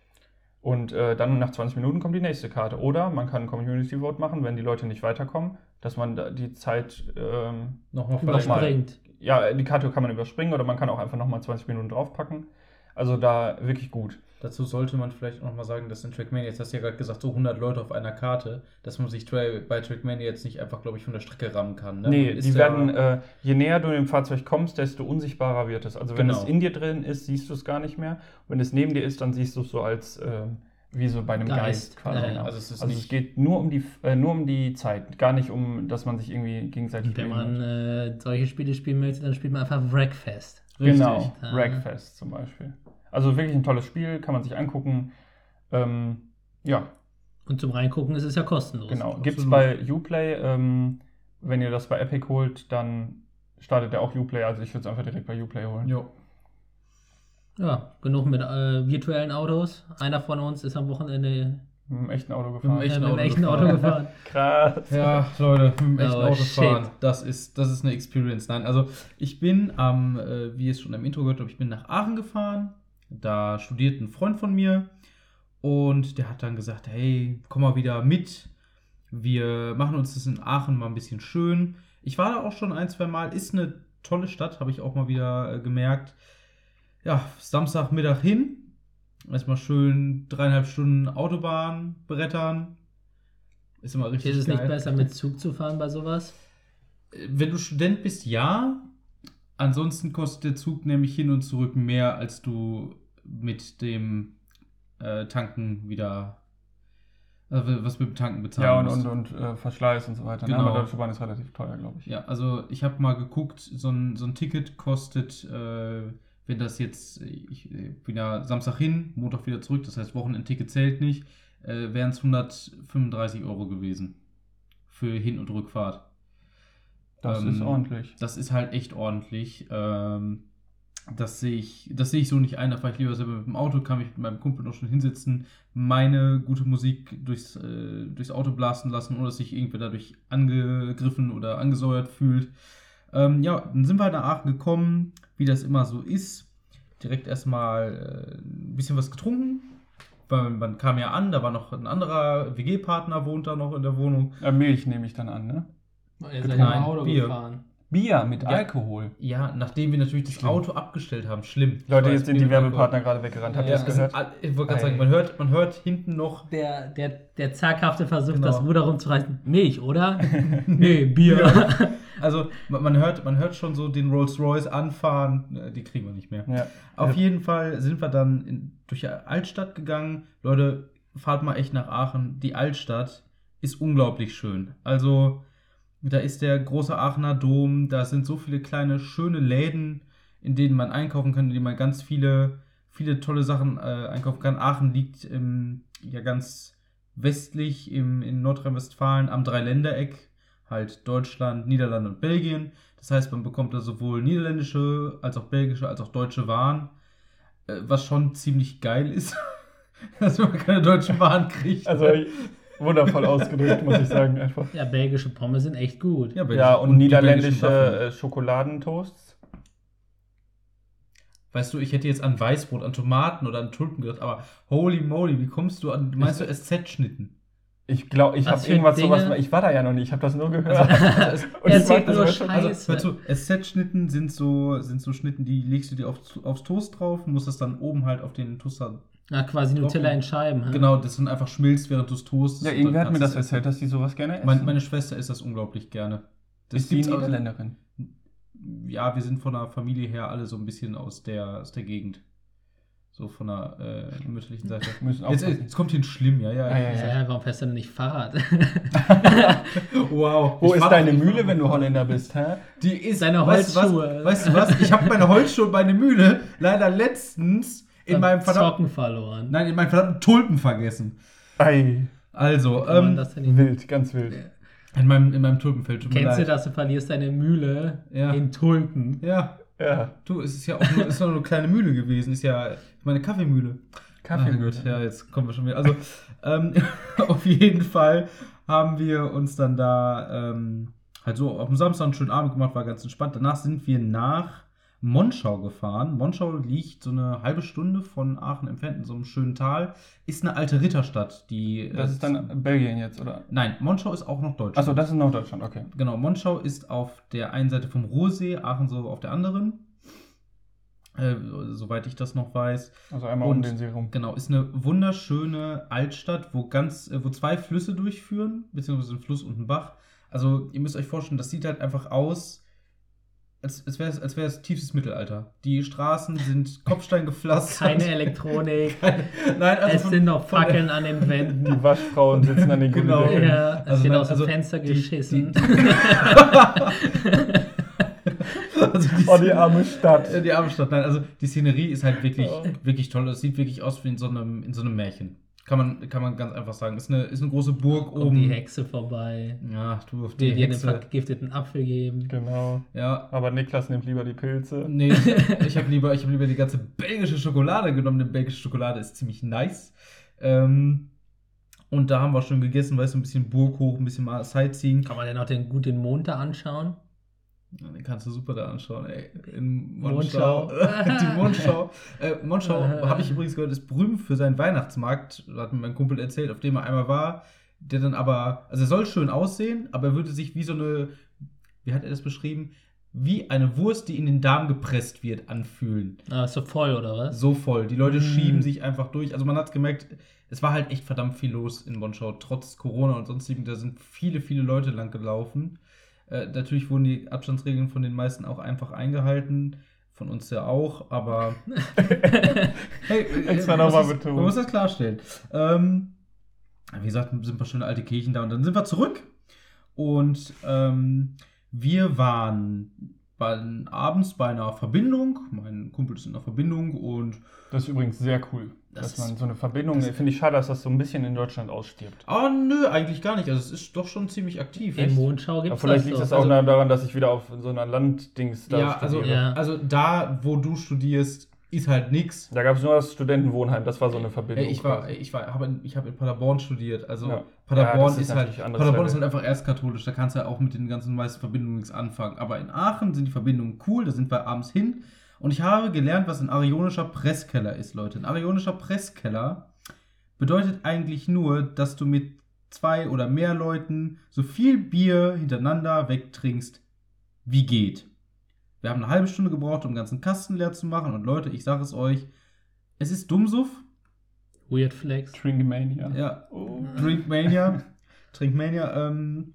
Und äh, dann nach zwanzig Minuten kommt die nächste Karte. Oder man kann ein Community Vote machen, wenn die Leute nicht weiterkommen, dass man da die Zeit, ähm, Nochmal Nochmal. verlängern. Überspringt. ja, die Karte kann man überspringen oder man kann auch einfach nochmal zwanzig Minuten draufpacken. Also da wirklich gut. Dazu sollte man vielleicht auch noch mal sagen, dass in Trackmania, jetzt hast du ja gerade gesagt, so hundert Leute auf einer Karte, dass man sich tra- bei Trackmania jetzt nicht einfach, glaube ich, von der Strecke rammen kann. Ne? Nee, Man ist die da- werden, äh, je näher du dem Fahrzeug kommst, desto unsichtbarer wird es. Also wenn Genau. es in dir drin ist, siehst du es gar nicht mehr. Wenn es neben dir ist, dann siehst du es so als, äh, wie so bei einem Geist, Geist, quasi. ja, ja. Genau. Also es ist Also nicht- es geht nur um die, äh, nur um die Zeit, gar nicht um, dass man sich irgendwie gegenseitig Wenn man behindert. äh, solche Spiele spielen möchte, dann spielt man einfach Wreckfest. Richtig. Genau, Ah. Wreckfest zum Beispiel. Also wirklich ein tolles Spiel, kann man sich angucken. Ähm, ja, Und zum Reingucken ist es ja kostenlos. genau. absolut. Gibt es bei Uplay, ähm, wenn ihr das bei Epic holt, dann startet der auch Uplay. Also ich würde es einfach direkt bei Uplay holen. Jo. Ja, genug mit äh, virtuellen Autos. Einer von uns ist am Wochenende Mit einem echten Auto Mit gefahren. einem äh, Echten mit einem Auto echten gefahren. Auto gefahren. Krass. Ja, Leute, mit dem echten Oh, Auto shit. fahren, das ist, das ist eine Experience. Nein, also ich bin am, äh, wie ihr es schon im Intro gehört habt, ich bin nach Aachen gefahren. Da studiert ein Freund von mir und der hat dann gesagt, hey, komm mal wieder mit. Wir machen uns das in Aachen mal ein bisschen schön. Ich war da auch schon ein, zwei Mal. Ist eine tolle Stadt, habe ich auch mal wieder äh, gemerkt. Ja, Samstagmittag hin. Erstmal schön dreieinhalb Stunden Autobahn brettern. Ist immer richtig Ist es geil. nicht besser, mit Zug zu fahren bei sowas? Wenn du Student bist, ja. Ansonsten kostet der Zug nämlich hin und zurück mehr, als du mit dem äh, Tanken wieder, also was mit dem Tanken bezahlen Ja, und, musst. und, und äh, Verschleiß und so weiter. Genau. Ne? Aber Deutsche Bahn ist relativ teuer, glaube ich. Ja, also ich habe mal geguckt, so ein, so ein Ticket kostet, äh, wenn das jetzt, ich bin ja Samstag hin, Montag wieder zurück, das heißt Wochenendticket zählt nicht, äh, wären es hundertfünfunddreißig Euro gewesen für Hin- und Rückfahrt. Das Ähm, ist ordentlich. Das ist halt echt ordentlich. Ähm, das sehe ich, das sehe ich so nicht ein. Da fahre ich lieber selber mit dem Auto, kann mich mit meinem Kumpel noch schon hinsetzen, meine gute Musik durchs, äh, durchs Auto blasen lassen, ohne dass sich irgendwer dadurch angegriffen oder angesäuert fühlt. Ähm, ja, dann sind wir halt nach Aachen gekommen, wie das immer so ist. Direkt erstmal äh, ein bisschen was getrunken. Weil man kam ja an, da war noch ein anderer W G-Partner, wohnt da noch in der Wohnung. Äh, Milch nehme ich dann an, ne? Ihr seid Nein, im Auto Bier. gefahren. Bier mit Ja. Alkohol. Ja, nachdem wir natürlich das Schlimm. Auto abgestellt haben. Schlimm. Ich Leute, weiß, jetzt sind Bier die mit Alkohol. Werbepartner gerade weggerannt. Habt ihr Ja, das es gehört? sind all- ich wollte gerade sagen, Ei. man hört, man hört hinten noch. Der, der, der zaghafte Versuch, Genau. das Ruder rumzureißen. Milch, oder? Nee, Bier. Also man, man, hört, man hört schon so den Rolls-Royce anfahren. Äh, Die kriegen wir nicht mehr. Ja. Auf Ja. jeden Fall sind wir dann in, durch die Altstadt gegangen. Leute, fahrt mal echt nach Aachen. Die Altstadt ist unglaublich schön. Also da ist der große Aachener Dom. Da sind so viele kleine, schöne Läden, in denen man einkaufen kann, in denen man ganz viele, viele tolle Sachen äh, einkaufen kann. Aachen liegt im, ja ganz westlich im, in Nordrhein-Westfalen am Dreiländereck. Halt Deutschland, Niederlande und Belgien. Das heißt, man bekommt da sowohl niederländische, als auch belgische, als auch deutsche Waren. Äh, was schon ziemlich geil ist, dass man keine deutschen Waren kriegt. Also wundervoll ausgedrückt, muss ich sagen, einfach. Ja, belgische Pommes sind echt gut. Ja, Ja, und, die belgischen niederländische Waffeln. äh, Schokoladentoasts. Weißt du, ich hätte jetzt an Weißbrot, an Tomaten oder an Tulpen gedacht, aber holy moly, wie kommst du an, meinst du S Z-Schnitten? Ich glaube, ich Was habe für irgendwas Dinge? sowas. Ich war da ja noch nicht, ich habe das nur gehört. Also, Und Er ich erzählt mag das nur aber schon- Scheiße. Also, hör zu, S Z-Schnitten sind so, sind so Schnitten, die legst du dir auf, aufs Toast drauf, musst das dann oben halt auf den Toaster. Na, quasi Nutella in Scheiben. hm? Genau, das dann einfach schmilzt, während du es toastest. Ja, und irgendwer dann hat mir das kannst du es erzählt, dass die sowas gerne essen. essen. Meine, meine Schwester isst das unglaublich gerne. Das ist die gibt's auch- Niederländerin. Ja, wir sind von der Familie her alle so ein bisschen aus der, aus der Gegend. So von der äh, mütterlichen Seite. Müssen Jetzt, aufpassen. jetzt kommt hier ein Schlimm, ja, ja. Ah, ja, Ja, ja, warum fährst du denn nicht Fahrrad? Wow. Wo Ich ist fahr- deine ich fahr- Mühle, wenn du Holländer bist, hä? Die ist Deine weißt du was? Holzschuhe. Weißt du was? Ich habe meine Holzschuhe und meine Mühle leider letztens in meinem verdammten, Zocken verloren. nein, in meinen verdammten Tulpen vergessen. Ei, Also, Wie kann man ähm, das denn nicht? wild, ganz wild. in meinem, in meinem Tulpenfeld. Tut mir Kennst du leid. das, du verlierst deine Mühle Ja. in Tulpen? Ja, Ja, du, es ist ja auch nur, es ist nur eine kleine Mühle gewesen. Ist ja meine Kaffeemühle. Kaffeemühle. Ah, gut, ja, jetzt kommen wir schon wieder. Also, ähm, auf jeden Fall haben wir uns dann da ähm, halt so auf dem Samstag einen schönen Abend gemacht, war ganz entspannt. Danach sind wir nach Monschau gefahren. Monschau liegt so eine halbe Stunde von Aachen entfernt in so einem schönen Tal. Ist eine alte Ritterstadt, die. Das äh, ist dann Belgien jetzt, oder? Nein, Monschau ist auch noch Deutschland. Achso, das ist noch Deutschland, okay. Genau, Monschau ist auf der einen Seite vom Ruhrsee, Aachen so auf der anderen. äh, soweit ich das noch weiß. Also einmal Und um den See rum. Genau, ist eine wunderschöne Altstadt, wo ganz, äh, wo zwei Flüsse durchführen, beziehungsweise ein Fluss und ein Bach. Also ihr müsst euch vorstellen, das sieht halt einfach aus, als, als wäre es als wär's tiefstes Mittelalter. Die Straßen sind kopfsteingepflastert. Keine Elektronik. Keine, nein, also Es von- sind noch von der- Fackeln an den Wänden. Die Waschfrauen sitzen an den Genau. Gullideckeln. Ja, es Also wird nein, aus dem also Fenster die- geschissen. also die, Oh, die arme Stadt. Äh, Die arme Stadt, nein, also die Szenerie ist halt wirklich, Ja. wirklich toll. Es sieht wirklich aus wie in so einem, in so einem Märchen. Kann man, kann man ganz einfach sagen. Ist eine, ist eine große Burg Kommt oben. die Hexe vorbei, Ja, du auf die die dir den Hexe. vergifteten Apfel geben. Genau. Ja, Aber Niklas nimmt lieber die Pilze. nee, ich habe lieber, ich hab lieber die ganze belgische Schokolade genommen. Denn belgische Schokolade ist ziemlich nice. Ähm, und da haben wir schon gegessen, weißt du, ein bisschen Burg hoch, ein bisschen mal Sightseeing. Kann man denn auch den guten Mond da anschauen? Ja, den kannst du super da anschauen, ey. In Mondschau. Mondschau. Die Mondschau. Äh, Mondschau, Äh. habe ich übrigens gehört, ist berühmt für seinen Weihnachtsmarkt. Das hat mir mein Kumpel erzählt, auf dem er einmal war. Der dann aber, also er soll schön aussehen, aber er würde sich wie so eine, wie hat er das beschrieben? Wie eine Wurst, die in den Darm gepresst wird, anfühlen. Ah, ist so voll, oder was? So voll. Die Leute Mhm. schieben sich einfach durch. Also man hat gemerkt, es war halt echt verdammt viel los in Monschau. Trotz Corona und sonstigem, da sind viele, viele Leute lang gelaufen. Äh, natürlich wurden die Abstandsregeln von den meisten auch einfach eingehalten. Von uns ja auch, aber hey, äh, Extra man muss nochmal das- betont. Man muss das klarstellen. Ähm, wie gesagt, sind ein paar schöne alte Kirchen da und dann sind wir zurück. Und ähm, wir waren bei, abends bei einer Verbindung. Mein Kumpel ist in einer Verbindung und Das ist übrigens sehr cool, Das dass man ist- so eine Verbindung, das- finde ich schade, dass das so ein bisschen in Deutschland ausstirbt. oh nö, eigentlich gar nicht. Also es ist doch schon ziemlich aktiv. In Mondschau gibt Aber es vielleicht das liegt so. es auch Also- daran, dass ich wieder auf so einer Landdings da Ja, also, studiere. Ja. also da, wo du studierst, ist halt nix. Da gab es nur das Studentenwohnheim, das war so eine Verbindung. Ey, ich war, quasi. ey, ich war, habe in, ich habe in Paderborn studiert. Also Ja. Ja, Paderborn das ist ist, halt, natürlich anderes Paderborn ist Level. halt einfach erstkatholisch. Da kannst du ja auch mit den ganzen meisten Verbindungen nichts anfangen. Aber in Aachen sind die Verbindungen cool. Da sind wir abends hin. Und ich habe gelernt, was ein arionischer Presskeller ist, Leute. Ein arionischer Presskeller bedeutet eigentlich nur, dass du mit zwei oder mehr Leuten so viel Bier hintereinander wegtrinkst, wie geht. Wir haben eine halbe Stunde gebraucht, um den ganzen Kasten leer zu machen. Und Leute, ich sage es euch, es ist Dummsuff. Weird Flex. Trinkmania. Ja, Oh. Drinkmania. Trinkmania. Ähm,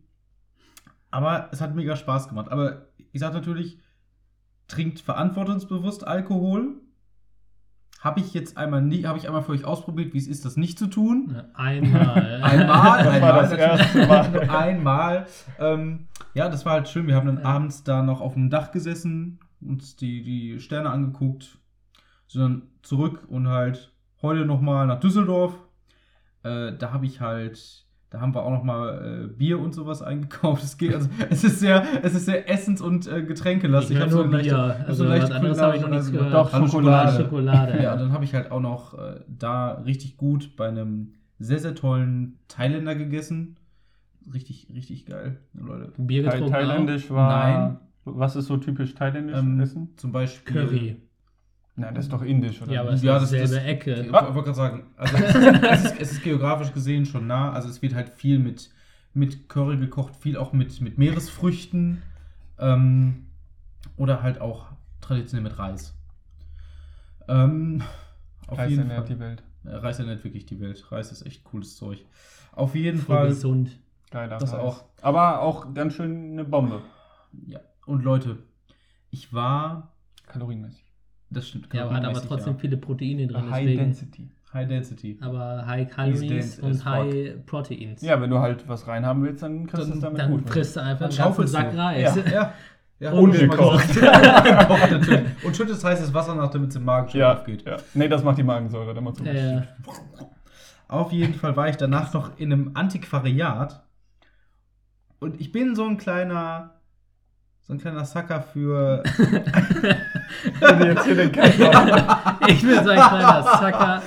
aber es hat mega Spaß gemacht. Aber ich sage natürlich, trinkt verantwortungsbewusst Alkohol. Habe ich jetzt einmal nie, habe ich einmal für euch ausprobiert, wie es ist, das nicht zu tun. Einmal. Einmal, Das war das erste Mal. Nur einmal. Ähm, ja, das war halt schön. Wir haben dann Ja. abends da noch auf dem Dach gesessen, uns die, die Sterne angeguckt, sind dann zurück und halt heute nochmal nach Düsseldorf. Äh, da habe ich halt, da haben wir auch nochmal äh, Bier und sowas eingekauft. Es geht, also es ist sehr, es ist sehr Essens- und äh, Getränkelastig. Ich höre hab so nur eine leichte- Bier. hab so Also eine leichte was anderes habe ich noch nichts kulinarische gehört. Doch, Hallo, Schokolade. Schokolade. Ja, dann habe ich halt auch noch äh, da richtig gut bei einem sehr, sehr tollen Thailänder gegessen. Richtig, richtig geil, Leute. Bier Thai- getrunken. Thailändisch war. Nein. Was ist so typisch thailändisch Ähm, Essen? Zum Beispiel. Curry. Na, das ist doch indisch, oder? Ja, aber nicht? es Ja, ist das- dieselbe das- Ecke. Ich wollte gerade sagen, also es, ist, es ist geografisch gesehen schon nah. Also es wird halt viel mit, mit Curry gekocht, viel auch mit, mit Meeresfrüchten ähm, oder halt auch traditionell mit Reis. Ähm, auf Reis jeden ernährt Fall. die Welt. Äh, Reis ernährt wirklich die Welt. Reis ist echt cooles Zeug. Auf jeden Voll Fall. gesund. Geiler Das Reis. auch. Aber auch ganz schön eine Bombe. Ja. Und Leute, ich war. Kalorienmäßig. Das stimmt. Ja, aber hat aber kalorienmäßig, trotzdem ja. viele Proteine drin. High Deswegen. Density. High Density. Aber High Calories dense as und fuck. High Proteins. Ja, wenn du halt was reinhaben willst, dann kriegst du es damit Dann gut. frisst du einfach Dann einen ganzen schaufelst Sack du. Reis. Ja, ja. ja Und hab ich schon mal gekocht. gesagt. Gekocht natürlich. Und schüttest heißes Wasser nach, damit es im Magen schon Ja, aufgeht. ja. Nee, das macht die Magensäure. Da macht's so Ja, ja. Auf jeden Fall war ich danach noch in einem Antiquariat. Und ich bin so ein kleiner, so ein kleiner Sucker für. Wenn du jetzt hier den Cut machst. Ich bin so ein kleiner Sucker.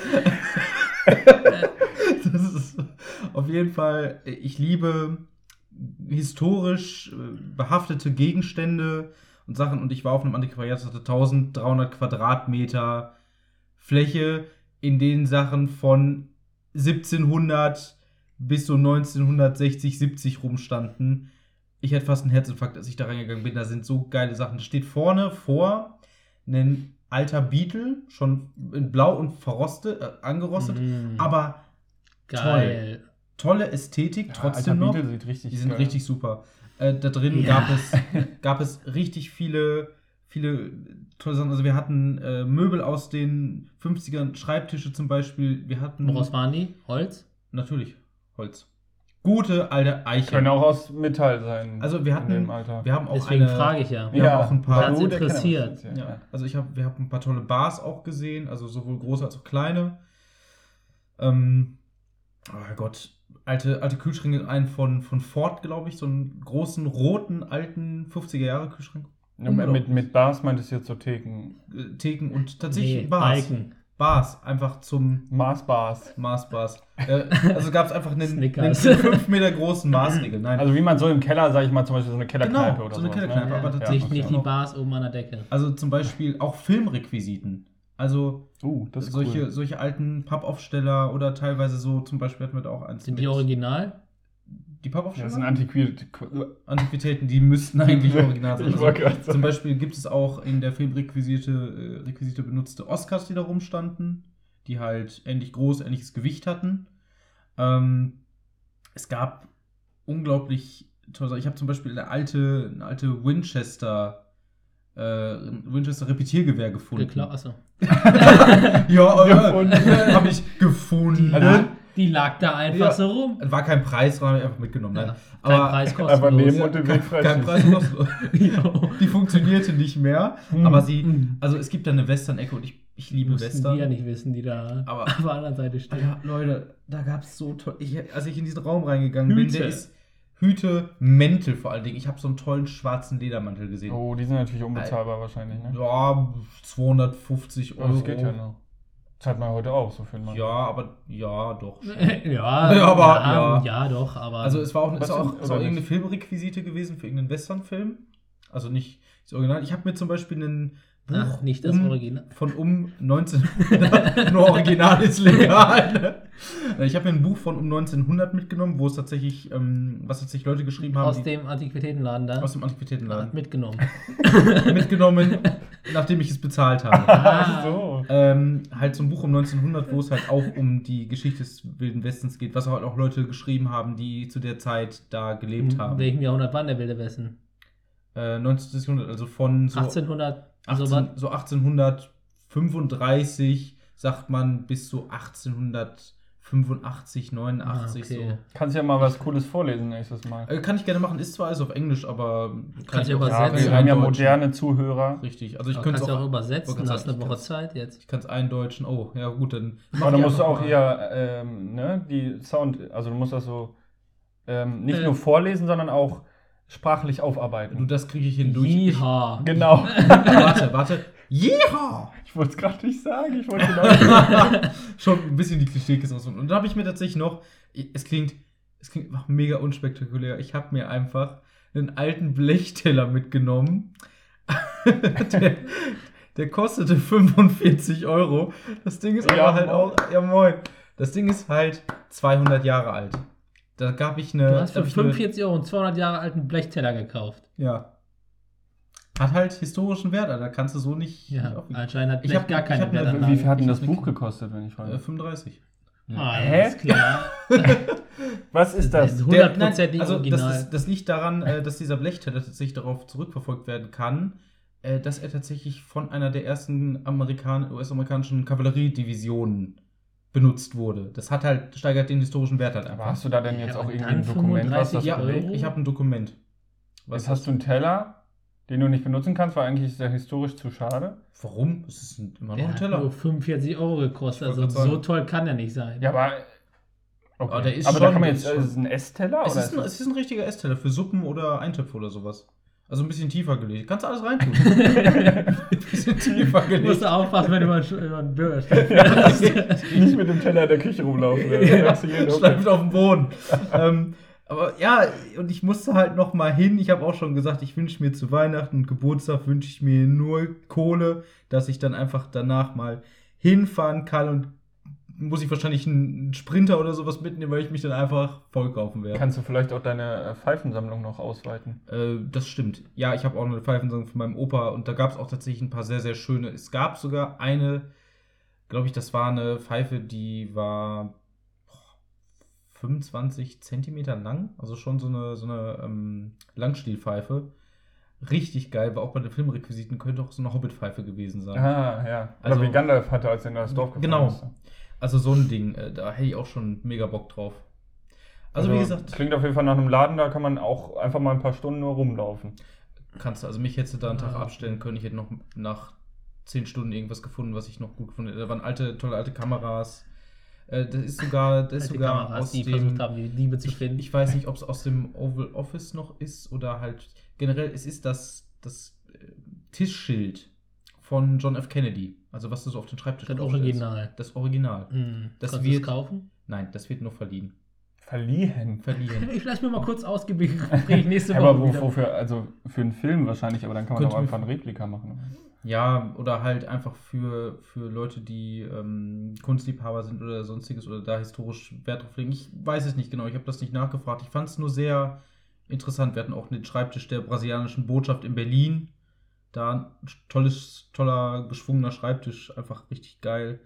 Das ist auf jeden Fall, ich liebe historisch äh, behaftete Gegenstände und Sachen. Und ich war auf einem Antiquariat, das hatte dreizehnhundert Quadratmeter Fläche, in denen Sachen von siebzehnhundert bis so neunzehnhundertsechzig, siebzig rumstanden. Ich hätte fast einen Herzinfarkt, als ich da reingegangen bin. Da sind so geile Sachen. Da steht vorne vor ein alter Beetle, schon in blau und verrostet, äh, angerostet, Mm. aber Geil. tolle Ästhetik, Ja, trotzdem alter noch. Beetle sieht richtig Die sind geil. richtig super. Äh, da drin Ja. gab, es, gab es richtig viele, viele tolle Sachen. Also wir hatten äh, Möbel aus den fünfzigern, Schreibtische zum Beispiel. Wir hatten Woraus waren die? Holz? natürlich Holz. Gute alte Eiche. Können auch aus Metall sein. Also wir in hatten, dem Alter. wir haben auch Deswegen eine, frage ich ja. wir haben auch ein paar- Hat's Lou, der kennt interessiert. aber was, Ja, also ich hab, wir haben ein paar tolle Bars auch gesehen, also sowohl große als auch kleine. Ähm, oh Gott, alte, alte Kühlschränke, einen von, von Ford, glaube ich, so einen großen, roten, alten fünfziger-Jahre-Kühlschrank. Ja, mit, mit Bars meintest du jetzt so Theken. Äh, Theken und tatsächlich Nee, Bars. Balken. Bars, einfach zum Maßbars. Maßbars. Äh, also gab es einfach einen, einen Snickers. fünf Meter großen Maßregel. Nein, Also wie man so im Keller, sag ich mal, zum Beispiel so eine Kellerkneipe Genau, oder so eine sowas, Kellerkneipe, ne? aber Ja, tatsächlich nicht, nicht die auch- Bars oben an der Decke. also zum Beispiel auch Filmrequisiten. Also Uh, das ist solche, cool. solche alten Pappaufsteller oder teilweise so, zum Beispiel hatten wir da auch eins Sind mit- die original? Die Ja, Pappaufsteller? das sind antiquiert. Antiquitäten, die müssten eigentlich original sein. Ich Also, wollte gerade sagen. zum Beispiel gibt es auch in der Filmrequisite äh, Requisite benutzte Oscars, die da rumstanden, die halt ähnlich groß, ähnliches Gewicht hatten. Ähm, es gab unglaublich tolle Sachen. Ich habe zum Beispiel eine alte, eine alte Winchester, äh, Winchester Repetiergewehr gefunden. Geklau- Achso. Ja, Gefunden. äh, habe ich Die, gefunden. lag, die lag da einfach Ja. so rum. War kein Preis dran, habe ich einfach mitgenommen. Nein. Ja, kein Aber Preis einfach kostenlos. nehmen und den Weg kein Preis kostenlos. Jo. Die funktionierte nicht mehr, Hm. aber sie, Hm. also es gibt da eine Western-Ecke und ich, ich liebe Mussten Western. die ja nicht wissen, die da Aber- auf der anderen Seite stehen. Ja, Leute, da gab es so toll. Ich, als ich in diesen Raum reingegangen bin, Hüte. der ist Hüte, Mäntel vor allen Dingen. Ich habe so einen tollen schwarzen Ledermantel gesehen. Oh, die sind natürlich unbezahlbar wahrscheinlich, ne? Ja, zweihundertfünfzig Oh, Euro. das geht ja noch. Zahlt man heute auch so für einen Mann. Ja, aber ja, doch. ja, Ja, aber, ja, ja. ja, doch, aber Also es war auch, Was ist auch, denn, ist auch oder irgendeine nicht? Filmrequisite gewesen für irgendeinen Western-Film. Also nicht das Original. Ich habe mir zum Beispiel ein Buch Ach, nicht das um, Original. von um neunzehnhundert, nur Original ist legal. Ne? Ich habe mir ein Buch von um neunzehnhundert mitgenommen, wo es tatsächlich, ähm, was tatsächlich Leute geschrieben haben, aus die, dem Antiquitätenladen da. aus dem Antiquitätenladen mitgenommen. mitgenommen, nachdem ich es bezahlt habe. Ach so. Ähm, halt so ein Buch um neunzehnhundert, wo es halt auch um die Geschichte des Wilden Westens geht, was halt auch Leute geschrieben haben, die zu der Zeit da gelebt In haben. welchem Jahrhundert war denn der Wilde Westen? Äh, neunzehnten. Jahrhundert, also von so, achtzehnhundert? Also achtzehn, so achtzehnhundertfünfunddreißig, sagt man, bis so achtzehnhundertfünfundachtzig, neunundachtzig Ah, okay. Kannst ja mal was Cooles vorlesen nächstes Mal. so. Äh, kann ich gerne machen, ist zwar alles auf Englisch, aber Kannst du ich auch- übersetzen. Ja, kann ich wir haben ja eindeutschen. moderne Zuhörer. Richtig, also ich Aber könnte es kannst du auch auch, übersetzen, wollte gerade hast eine sagen, ich Woche kann's- Zeit jetzt. ich kann es eindeutschen. Oh, ja gut, dann mach Aber dann ich musst du einfach auch mal. eher, ähm, ne, die Sound, also du musst das so ähm, nicht Äh. nur vorlesen, sondern auch sprachlich Du, aufarbeiten. das kriege ich hin durch. Yeehaw. Genau. Warte, warte. Yeehaw! Ich wollte es gerade nicht sagen. Ich wollte genau. Schon ein bisschen die Klischeekiste raus. Und dann habe ich mir tatsächlich noch, es klingt, es klingt einfach mega unspektakulär. Ich habe mir einfach einen alten Blechteller mitgenommen. der, der kostete fünfundvierzig Euro. Das Ding ist aber Ja, halt moin. auch, ja moin. Das Ding ist halt zweihundert Jahre alt. Da gab ich eine. Du hast da für hab ich eine- fünfundvierzig Euro einen zweihundert Jahre alten Blechteller gekauft. Ja. Hat halt historischen Wert, Alter. Da kannst du so nicht. Ja, nicht aufwiegen. anscheinend hat Ich Blech hab- gar ich keine hab eine- Wertanlage. Wie viel hat denn Ich das hab Buch eine- gekostet, wenn ich frage? Äh, fünfunddreißig. Ah, Hä? alles klar. Was ist das? Der- Der- hundertprozentig nein, also original. Das, ist, das liegt daran, äh, dass dieser Blechteller tatsächlich darauf zurückverfolgt werden kann, äh, dass er tatsächlich von einer der ersten Amerikan U S-amerikanischen Kavalleriedivisionen benutzt wurde. Das hat halt, steigert den historischen Wert halt Aber einfach. hast du da denn jetzt Ja, auch und irgendwie ein dann Dokument, was das fünfunddreißig Ja, belegt? Euro? ich habe ein Dokument. Was hast du einen Teller, den du nicht benutzen kannst, weil eigentlich ist der historisch zu schade? Warum? Es ist ein, immer noch Der ein hat Teller. nur fünfundvierzig Euro gekostet. Ich Also wollte grad so sagen. toll kann er nicht sein. Ja, aber. Okay. Aber der ist aber da schon- kann man der jetzt. ist schon- Ist es ein Essteller? Es oder ist, ein, es ist ein richtiger Essteller für Suppen oder Eintöpfe oder sowas. Also ein bisschen tiefer gelegt. Kannst du alles reintun. ein bisschen tiefer Du gelegt. musst aufpassen, wenn du mal über einen Bürgersteig fährst. Nicht mit dem Teller in der Küche rumlaufen. Ne? Ja, Sagst du jeden, okay. schleift auf dem Boden. ähm, aber ja, und ich musste halt noch mal hin. Ich habe auch schon gesagt, ich wünsche mir zu Weihnachten und Geburtstag wünsche ich mir nur Kohle, dass ich dann einfach danach mal hinfahren kann und muss ich wahrscheinlich einen Sprinter oder sowas mitnehmen, weil ich mich dann einfach voll kaufen werde. Kannst du vielleicht auch deine äh, Pfeifensammlung noch ausweiten? Äh, das stimmt. Ja, ich habe auch eine Pfeifensammlung von meinem Opa und da gab es auch tatsächlich ein paar sehr, sehr schöne. Es gab sogar eine, glaube ich, das war eine Pfeife, die war boah, fünfundzwanzig Zentimeter lang. Also schon so eine, so eine ähm, Langstielpfeife. Richtig geil, war auch bei den Filmrequisiten, könnte auch so eine Hobbit-Pfeife gewesen sein. Ah, ja. Oder Also- wie Gandalf hatte, als er in das Dorf gefahren Genau. ist. Also so ein Ding, äh, da hätte ich auch schon mega Bock drauf. Also, wie gesagt, Klingt auf jeden Fall nach einem Laden, da kann man auch einfach mal ein paar Stunden nur rumlaufen. kannst du, also mich hättest du da einen Tag Ah. abstellen können, ich hätte noch nach zehn Stunden irgendwas gefunden, was ich noch gut gefunden hätte. Da waren alte, tolle alte Kameras. Äh, das ist sogar, das ist Alte sogar Kameras, aus die dem... versucht haben, die Liebe zu Ich, finden. ich weiß nicht, ob es aus dem Oval Office noch ist oder halt generell, es ist das, das äh, Tischschild von John F. Kennedy. Also was du so auf den Schreibtisch Das draufstellst. Original. Das Original. Hm. Das Kannst du es wird- kaufen? Nein, das wird nur verliehen. Verliehen. Verliehen. Ich lasse mir mal kurz ausgiebig Gespräch nächste Ja, Woche aber wo, wieder. wofür, also für einen Film wahrscheinlich, aber dann kann man Könnte doch mir- einfach ein Replika machen. Ja, oder halt einfach für, für Leute, die ähm, Kunstliebhaber sind oder sonstiges oder da historisch Wert drauf legen. Ich weiß es nicht genau, ich habe das nicht nachgefragt. Ich fand es nur sehr interessant. Wir hatten auch den Schreibtisch der brasilianischen Botschaft in Berlin. Da ein tolles, toller, geschwungener Schreibtisch, einfach richtig geil.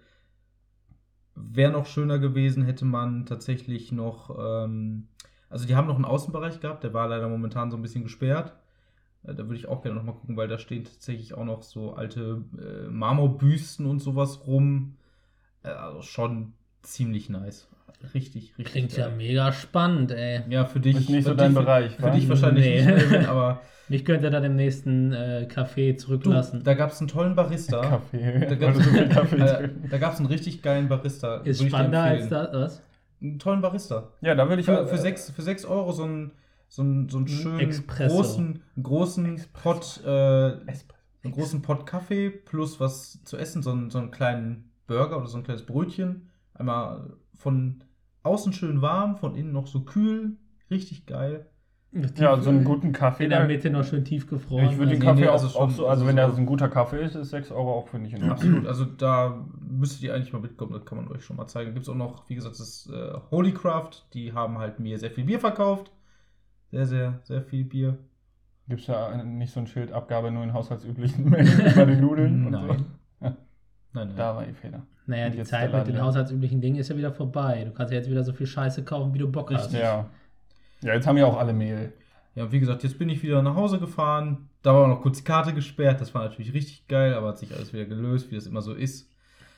Wäre noch schöner gewesen, hätte man tatsächlich noch, ähm, also die haben noch einen Außenbereich gehabt, der war leider momentan so ein bisschen gesperrt. Äh, Da würde ich auch gerne noch mal gucken, weil da stehen tatsächlich auch noch so alte äh, Marmorbüsten und sowas rum. Äh, also schon ziemlich nice. Richtig, richtig Klingt ja geil. mega spannend, ey. Ja, für dich. Ist nicht für so dein dich, Bereich, Für wa? dich wahrscheinlich Nee. nicht, mehr, aber Ich könnte dann im nächsten äh, Café du, zurücklassen. da gab es einen tollen Barista. Kaffee. Da Weil gab du so viel Kaffee äh, trinkst. da gab's einen richtig geilen Barista. Ist Würde ich dir spannender als empfehlen. das, was? Einen tollen Barista. Ja, da würde ich Für, auch- für, sechs, für sechs Euro so einen, so einen, so einen schönen Espresso. großen, großen Pott, äh, einen großen Pott Kaffee plus was zu essen, so einen, so einen kleinen Burger oder so ein kleines Brötchen. Einmal von außen schön warm, von innen noch so kühl. Richtig geil. Ja, so einen guten Kaffee. In der da- Mitte noch schön tiefgefroren. Ich würde den Nee, Kaffee nee, auch, also auch schon- so, also also wenn so- das ein guter Kaffee ist, ist sechs Euro auch, finde ich, in Ordnung. Absolut. Also da müsstet ihr eigentlich mal mitkommen, das kann man euch schon mal zeigen. Gibt es auch noch, wie gesagt, das äh, Holycraft. Die haben halt mir sehr viel Bier verkauft. Sehr, sehr, sehr viel Bier. Gibt es da nicht so ein Schild, Abgabe nur in haushaltsüblichen Mengen bei den Nudeln? und Nein. so? Nein, nein. Da war ihr Fehler. Naja, Und die jetzt Zeit der mit den Laden, ja. haushaltsüblichen Dingen ist ja wieder vorbei. Du kannst ja jetzt wieder so viel Scheiße kaufen, wie du Bock hast. Richtig. Ja. Ja, jetzt haben ja auch alle Mehl. Ja, und wie gesagt, jetzt bin ich wieder nach Hause gefahren. Da war noch kurz die Karte gesperrt. Das war natürlich richtig geil, aber hat sich alles wieder gelöst, wie das immer so ist.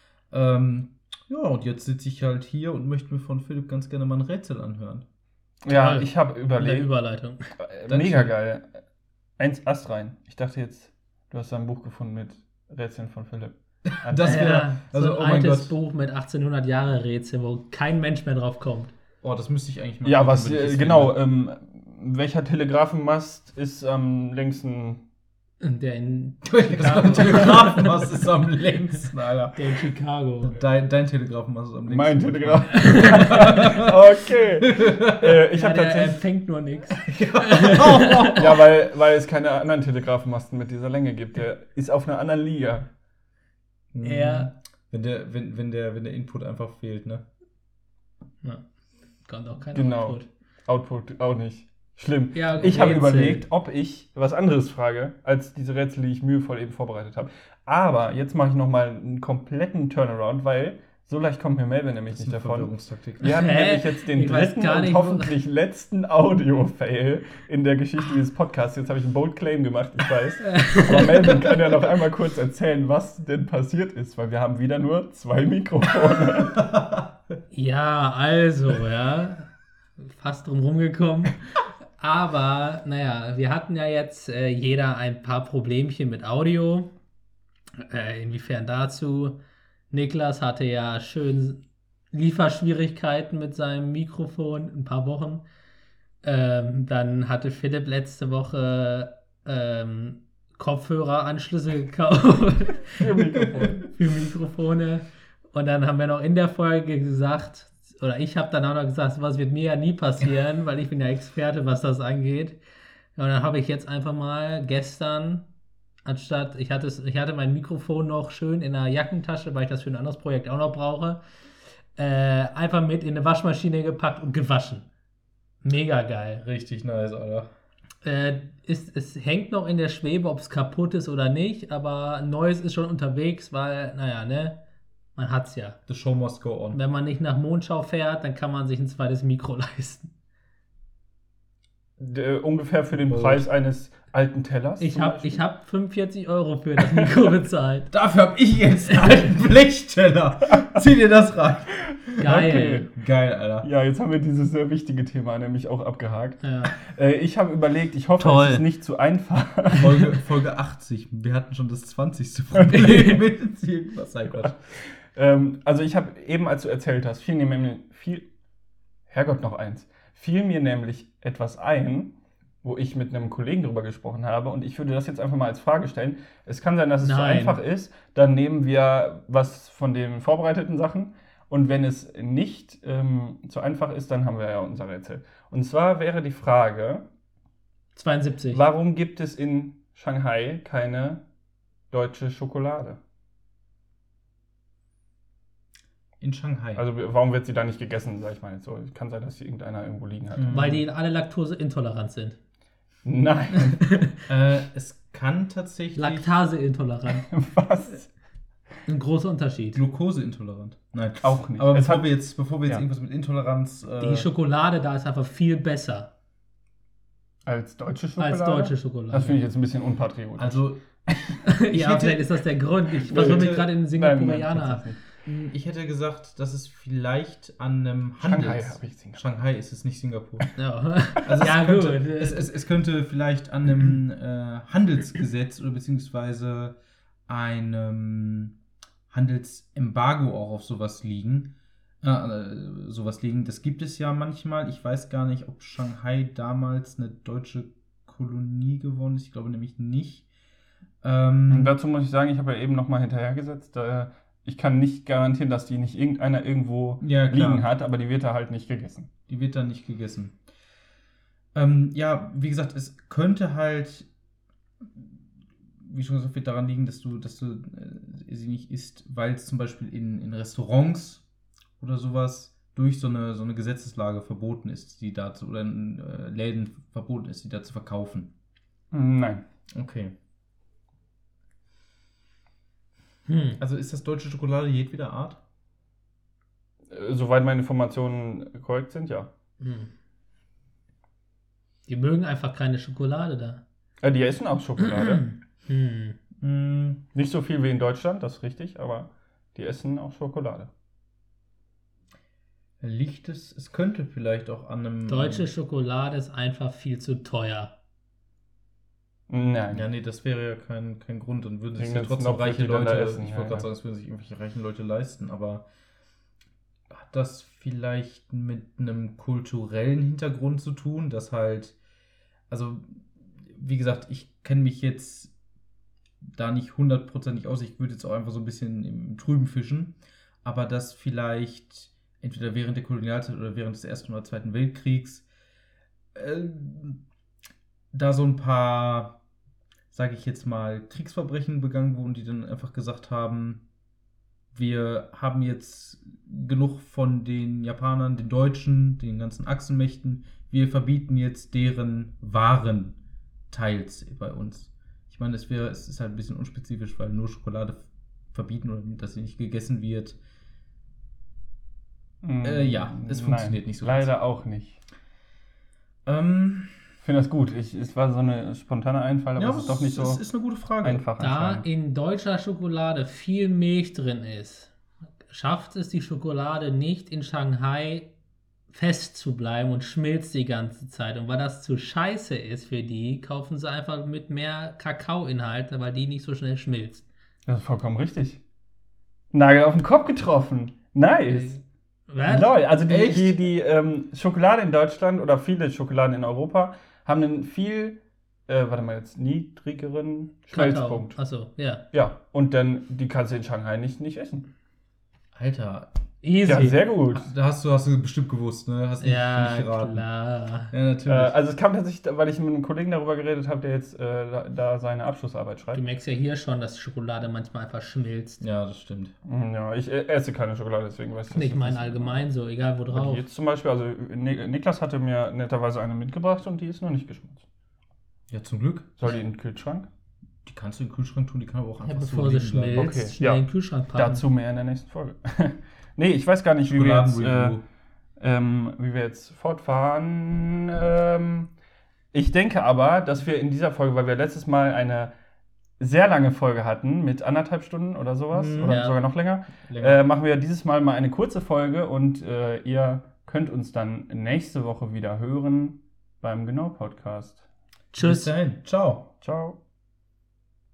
Ähm, ja, und jetzt sitze ich halt hier und möchte mir von Philipp ganz gerne mal ein Rätsel anhören. Ja, Toll. ich habe In der überlegt. Überleitung. Äh, Mega geil. Eins Ast rein. Ich dachte jetzt, du hast da ein Buch gefunden mit Rätseln von Philipp. Das wär- ja, also, so ein oh mein altes Gott. Buch mit achtzehnhundert Jahre Rätsel, wo kein Mensch mehr drauf kommt. Oh, das müsste ich eigentlich mal Ja, gucken, was, wenn ich äh, das genau, finde. ähm, welcher Telegrafenmast ist am längsten? Der in, Der Telegrafenmast ist am längsten, Alter. der in Chicago. Dein, dein Telegrafenmast ist am längsten. Mein Telegraf. Okay. Äh, ich Ja, habe der tatsächlich. empfängt nur nichts. Ja, weil, weil es keine anderen Telegrafenmasten mit dieser Länge gibt. Der ist auf einer anderen Liga. Mhm. Ja. Wenn der, wenn, wenn, der, wenn der Input einfach fehlt, ne? Ja. Kommt auch kein Genau. Output. Output auch nicht. Schlimm. Ja, Ich habe Rätsel. überlegt, ob ich was anderes frage, als diese Rätsel, die ich mühevoll eben vorbereitet habe. Aber jetzt mache ich nochmal einen kompletten Turnaround, weil so leicht kommt mir Melvin nämlich Das ist nicht eine davon. Verwirrungstaktik. Wir haben Hä? nämlich jetzt den Ich weiß dritten gar und nicht, wo- hoffentlich letzten Audio-Fail in der Geschichte dieses Podcasts. Jetzt habe ich einen Bold Claim gemacht, ich weiß. Aber Melvin kann ja noch einmal kurz erzählen, was denn passiert ist, weil wir haben wieder nur zwei Mikrofone. Ja, also, ja. Fast drum rumgekommen. Aber, naja, wir hatten ja jetzt äh, jeder ein paar Problemchen mit Audio. Äh, inwiefern dazu? Niklas hatte ja schön Lieferschwierigkeiten mit seinem Mikrofon, ein paar Wochen. Ähm, dann hatte Philipp letzte Woche ähm, Kopfhöreranschlüsse gekauft Für Mikrofone. für Mikrofone. Und dann haben wir noch in der Folge gesagt, oder ich habe dann auch noch gesagt, was wird mir ja nie passieren, weil ich bin ja Experte, was das angeht. Und dann habe ich jetzt einfach mal gestern, anstatt, ich hatte, es, ich hatte mein Mikrofon noch schön in der Jackentasche, weil ich das für ein anderes Projekt auch noch brauche, äh, einfach mit in eine Waschmaschine gepackt und gewaschen. Mega geil. Richtig nice, Alter. Äh, ist, es hängt noch in der Schwebe, ob es kaputt ist oder nicht, aber Neues ist schon unterwegs, weil, naja, ne, man hat's ja. The show must go on. Wenn man nicht nach Mondschau fährt, dann kann man sich ein zweites Mikro leisten. D- ungefähr für den Preis eines alten Tellers. Ich zum habe Beispiel. ich hab fünfundvierzig Euro für das Mikro bezahlt. Dafür habe ich jetzt einen alten Blechteller. Zieh dir das rein. Geil. Geil, Alter. Ja, jetzt haben wir dieses sehr wichtige Thema nämlich auch abgehakt. Ja. Äh, ich habe überlegt, ich hoffe, Toll. es ist nicht zu einfach. Folge, Folge achtzig. Wir hatten schon das zwanzigste Problem mit irgendwas. Sei Gott. ähm, also ich habe eben, als du erzählt hast, fiel mir nämlich viel, Herrgott, noch eins, fiel mir nämlich etwas ein, wo ich mit einem Kollegen drüber gesprochen habe und ich würde das jetzt einfach mal als Frage stellen. Es kann sein, dass es zu Nein. einfach ist, dann nehmen wir was von den vorbereiteten Sachen und wenn es nicht ähm, zu einfach ist, dann haben wir ja unser Rätsel. Und zwar wäre die Frage, zweiundsiebzig. warum gibt es in Shanghai keine deutsche Schokolade? In Shanghai. Also warum wird sie da nicht gegessen, sag ich mal jetzt so. Kann sein, dass sie irgendeiner irgendwo liegen hat. Mhm. Weil die alle laktoseintolerant sind. Nein. äh, es kann tatsächlich Laktoseintolerant. Was? Ein großer Unterschied. Glukoseintolerant. Nein. Auch nicht. Aber Es bevor hat- wir jetzt, bevor wir jetzt Ja. irgendwas mit Intoleranz. Äh, Die Schokolade da ist einfach viel besser Als deutsche Schokolade? als deutsche Schokolade. Das finde ich jetzt ein bisschen unpatriotisch. also, ja, hätte- vielleicht ist das der Grund. Ich Ich versuche mich hätte- gerade in den Nein, nein, Singapurianer. tatsächlich ich hätte gesagt, dass es vielleicht an einem nicht. Shanghai Handels... habe ich Singapur. Shanghai ist es nicht Singapur. Ja, Also ja es, könnte, gut. es, es, es könnte vielleicht an einem äh, Handelsgesetz oder beziehungsweise einem Handelsembargo auch auf sowas liegen. Äh, äh, sowas liegen. Das gibt es ja manchmal. Ich weiß gar nicht, ob Shanghai damals eine deutsche Kolonie geworden ist. Ich glaube nämlich nicht. Ähm, Und dazu muss ich sagen, ich habe ja eben nochmal hinterhergesetzt. Äh, ich kann nicht garantieren, dass die nicht irgendeiner irgendwo ja, klar. liegen hat, aber die wird da halt nicht gegessen. Die wird dann nicht gegessen. Ähm, ja, wie gesagt, es könnte halt, wie schon gesagt wird, daran liegen, dass du, dass du äh, sie nicht isst, weil es zum Beispiel in, in Restaurants oder sowas durch so eine, so eine Gesetzeslage verboten ist, die da zu, oder in äh, Läden verboten ist, die da zu verkaufen. Nein. Okay. Hm. Also ist das deutsche Schokolade jedweder Art? Äh, Soweit meine Informationen korrekt sind, ja. Hm. Die mögen einfach keine Schokolade da. Äh, die essen auch Schokolade. Hm. Mm, Nicht so viel wie in Deutschland, das ist richtig, aber die essen auch Schokolade. liegt es, es könnte vielleicht auch an einem... Deutsche Schokolade ist einfach viel zu teuer. Nein. Ja, nee, das wäre ja kein, kein Grund. Dann würden sich Den ja ganzen trotzdem Napf reiche wird die dann Leute, da essen, ich ja, wollte gerade ja. sagen, es würden sich irgendwelche reichen Leute leisten, aber hat das vielleicht mit einem kulturellen Hintergrund zu tun, dass halt, also, wie gesagt, ich kenne mich jetzt da nicht hundertprozentig aus, ich würde jetzt auch einfach so ein bisschen im Trüben fischen, aber dass vielleicht entweder während der Kolonialzeit oder während des Ersten oder Zweiten Weltkriegs äh, da so ein paar, sage ich jetzt mal, Kriegsverbrechen begangen wurden, die dann einfach gesagt haben, wir haben jetzt genug von den Japanern, den Deutschen, den ganzen Achsenmächten, wir verbieten jetzt deren Waren teils bei uns. Ich meine, es wäre, es ist halt ein bisschen unspezifisch, weil nur Schokolade verbieten oder dass sie nicht gegessen wird. Äh, ja, es funktioniert nicht so ganz. Leider auch nicht. Ähm, Ich finde das gut. Ich, es war so eine spontane Einfall, aber ja, es ist doch nicht so es ist eine gute Frage. einfach. Da anscheinend. in deutscher Schokolade viel Milch drin ist, schafft es die Schokolade nicht in Shanghai fest zu bleiben und schmilzt die ganze Zeit. Und weil das zu scheiße ist für die, kaufen sie einfach mit mehr Kakaoinhalt, weil die nicht so schnell schmilzt. Das ist vollkommen richtig. Nagel auf den Kopf getroffen. Nice. Was? Lol, also die, Echt? die, die ähm, Schokolade in Deutschland oder viele Schokoladen in Europa haben einen viel, äh, warte mal jetzt, niedrigeren Schmelzpunkt. Achso, ja. Ja, und dann, die kannst du in Shanghai nicht, nicht essen. Alter, Easy. Ja, sehr gut. Da hast du, hast du bestimmt gewusst, ne? Hast nicht, Ja, nicht geraten. klar. Ja, Äh, natürlich. also es kam tatsächlich, weil ich mit einem Kollegen darüber geredet habe, der jetzt äh, da, da seine Abschlussarbeit schreibt. Du merkst ja hier schon, dass Schokolade manchmal einfach schmilzt. ja, das stimmt. Mm, Ja, ich äh, esse keine Schokolade, deswegen weiß ich Ich das meine nicht. allgemein so, egal wo Aber drauf. die jetzt zum Beispiel, also Ni- Niklas hatte mir netterweise eine mitgebracht und die ist noch nicht geschmolzen. Ja, zum Glück. Soll die in den Kühlschrank? Die kannst du in den Kühlschrank tun, die kann aber auch Ja, einfach bevor so sie liegen bleiben. schmilzt, Okay, schnell ja. in den Kühlschrank packen. Dazu mehr in der nächsten Folge. Nee, ich weiß gar nicht, wie wir jetzt, äh, Schokoladenreview. ähm, wie wir jetzt fortfahren. Ähm, ich denke aber, dass wir in dieser Folge, weil wir letztes Mal eine sehr lange Folge hatten, mit anderthalb Stunden oder sowas, Mhm, oder ja. sogar noch länger, Länger. äh, machen wir dieses Mal mal eine kurze Folge und äh, ihr könnt uns dann nächste Woche wieder hören beim Genau-Podcast. Bis Tschüss. dahin. Ciao. Ciao.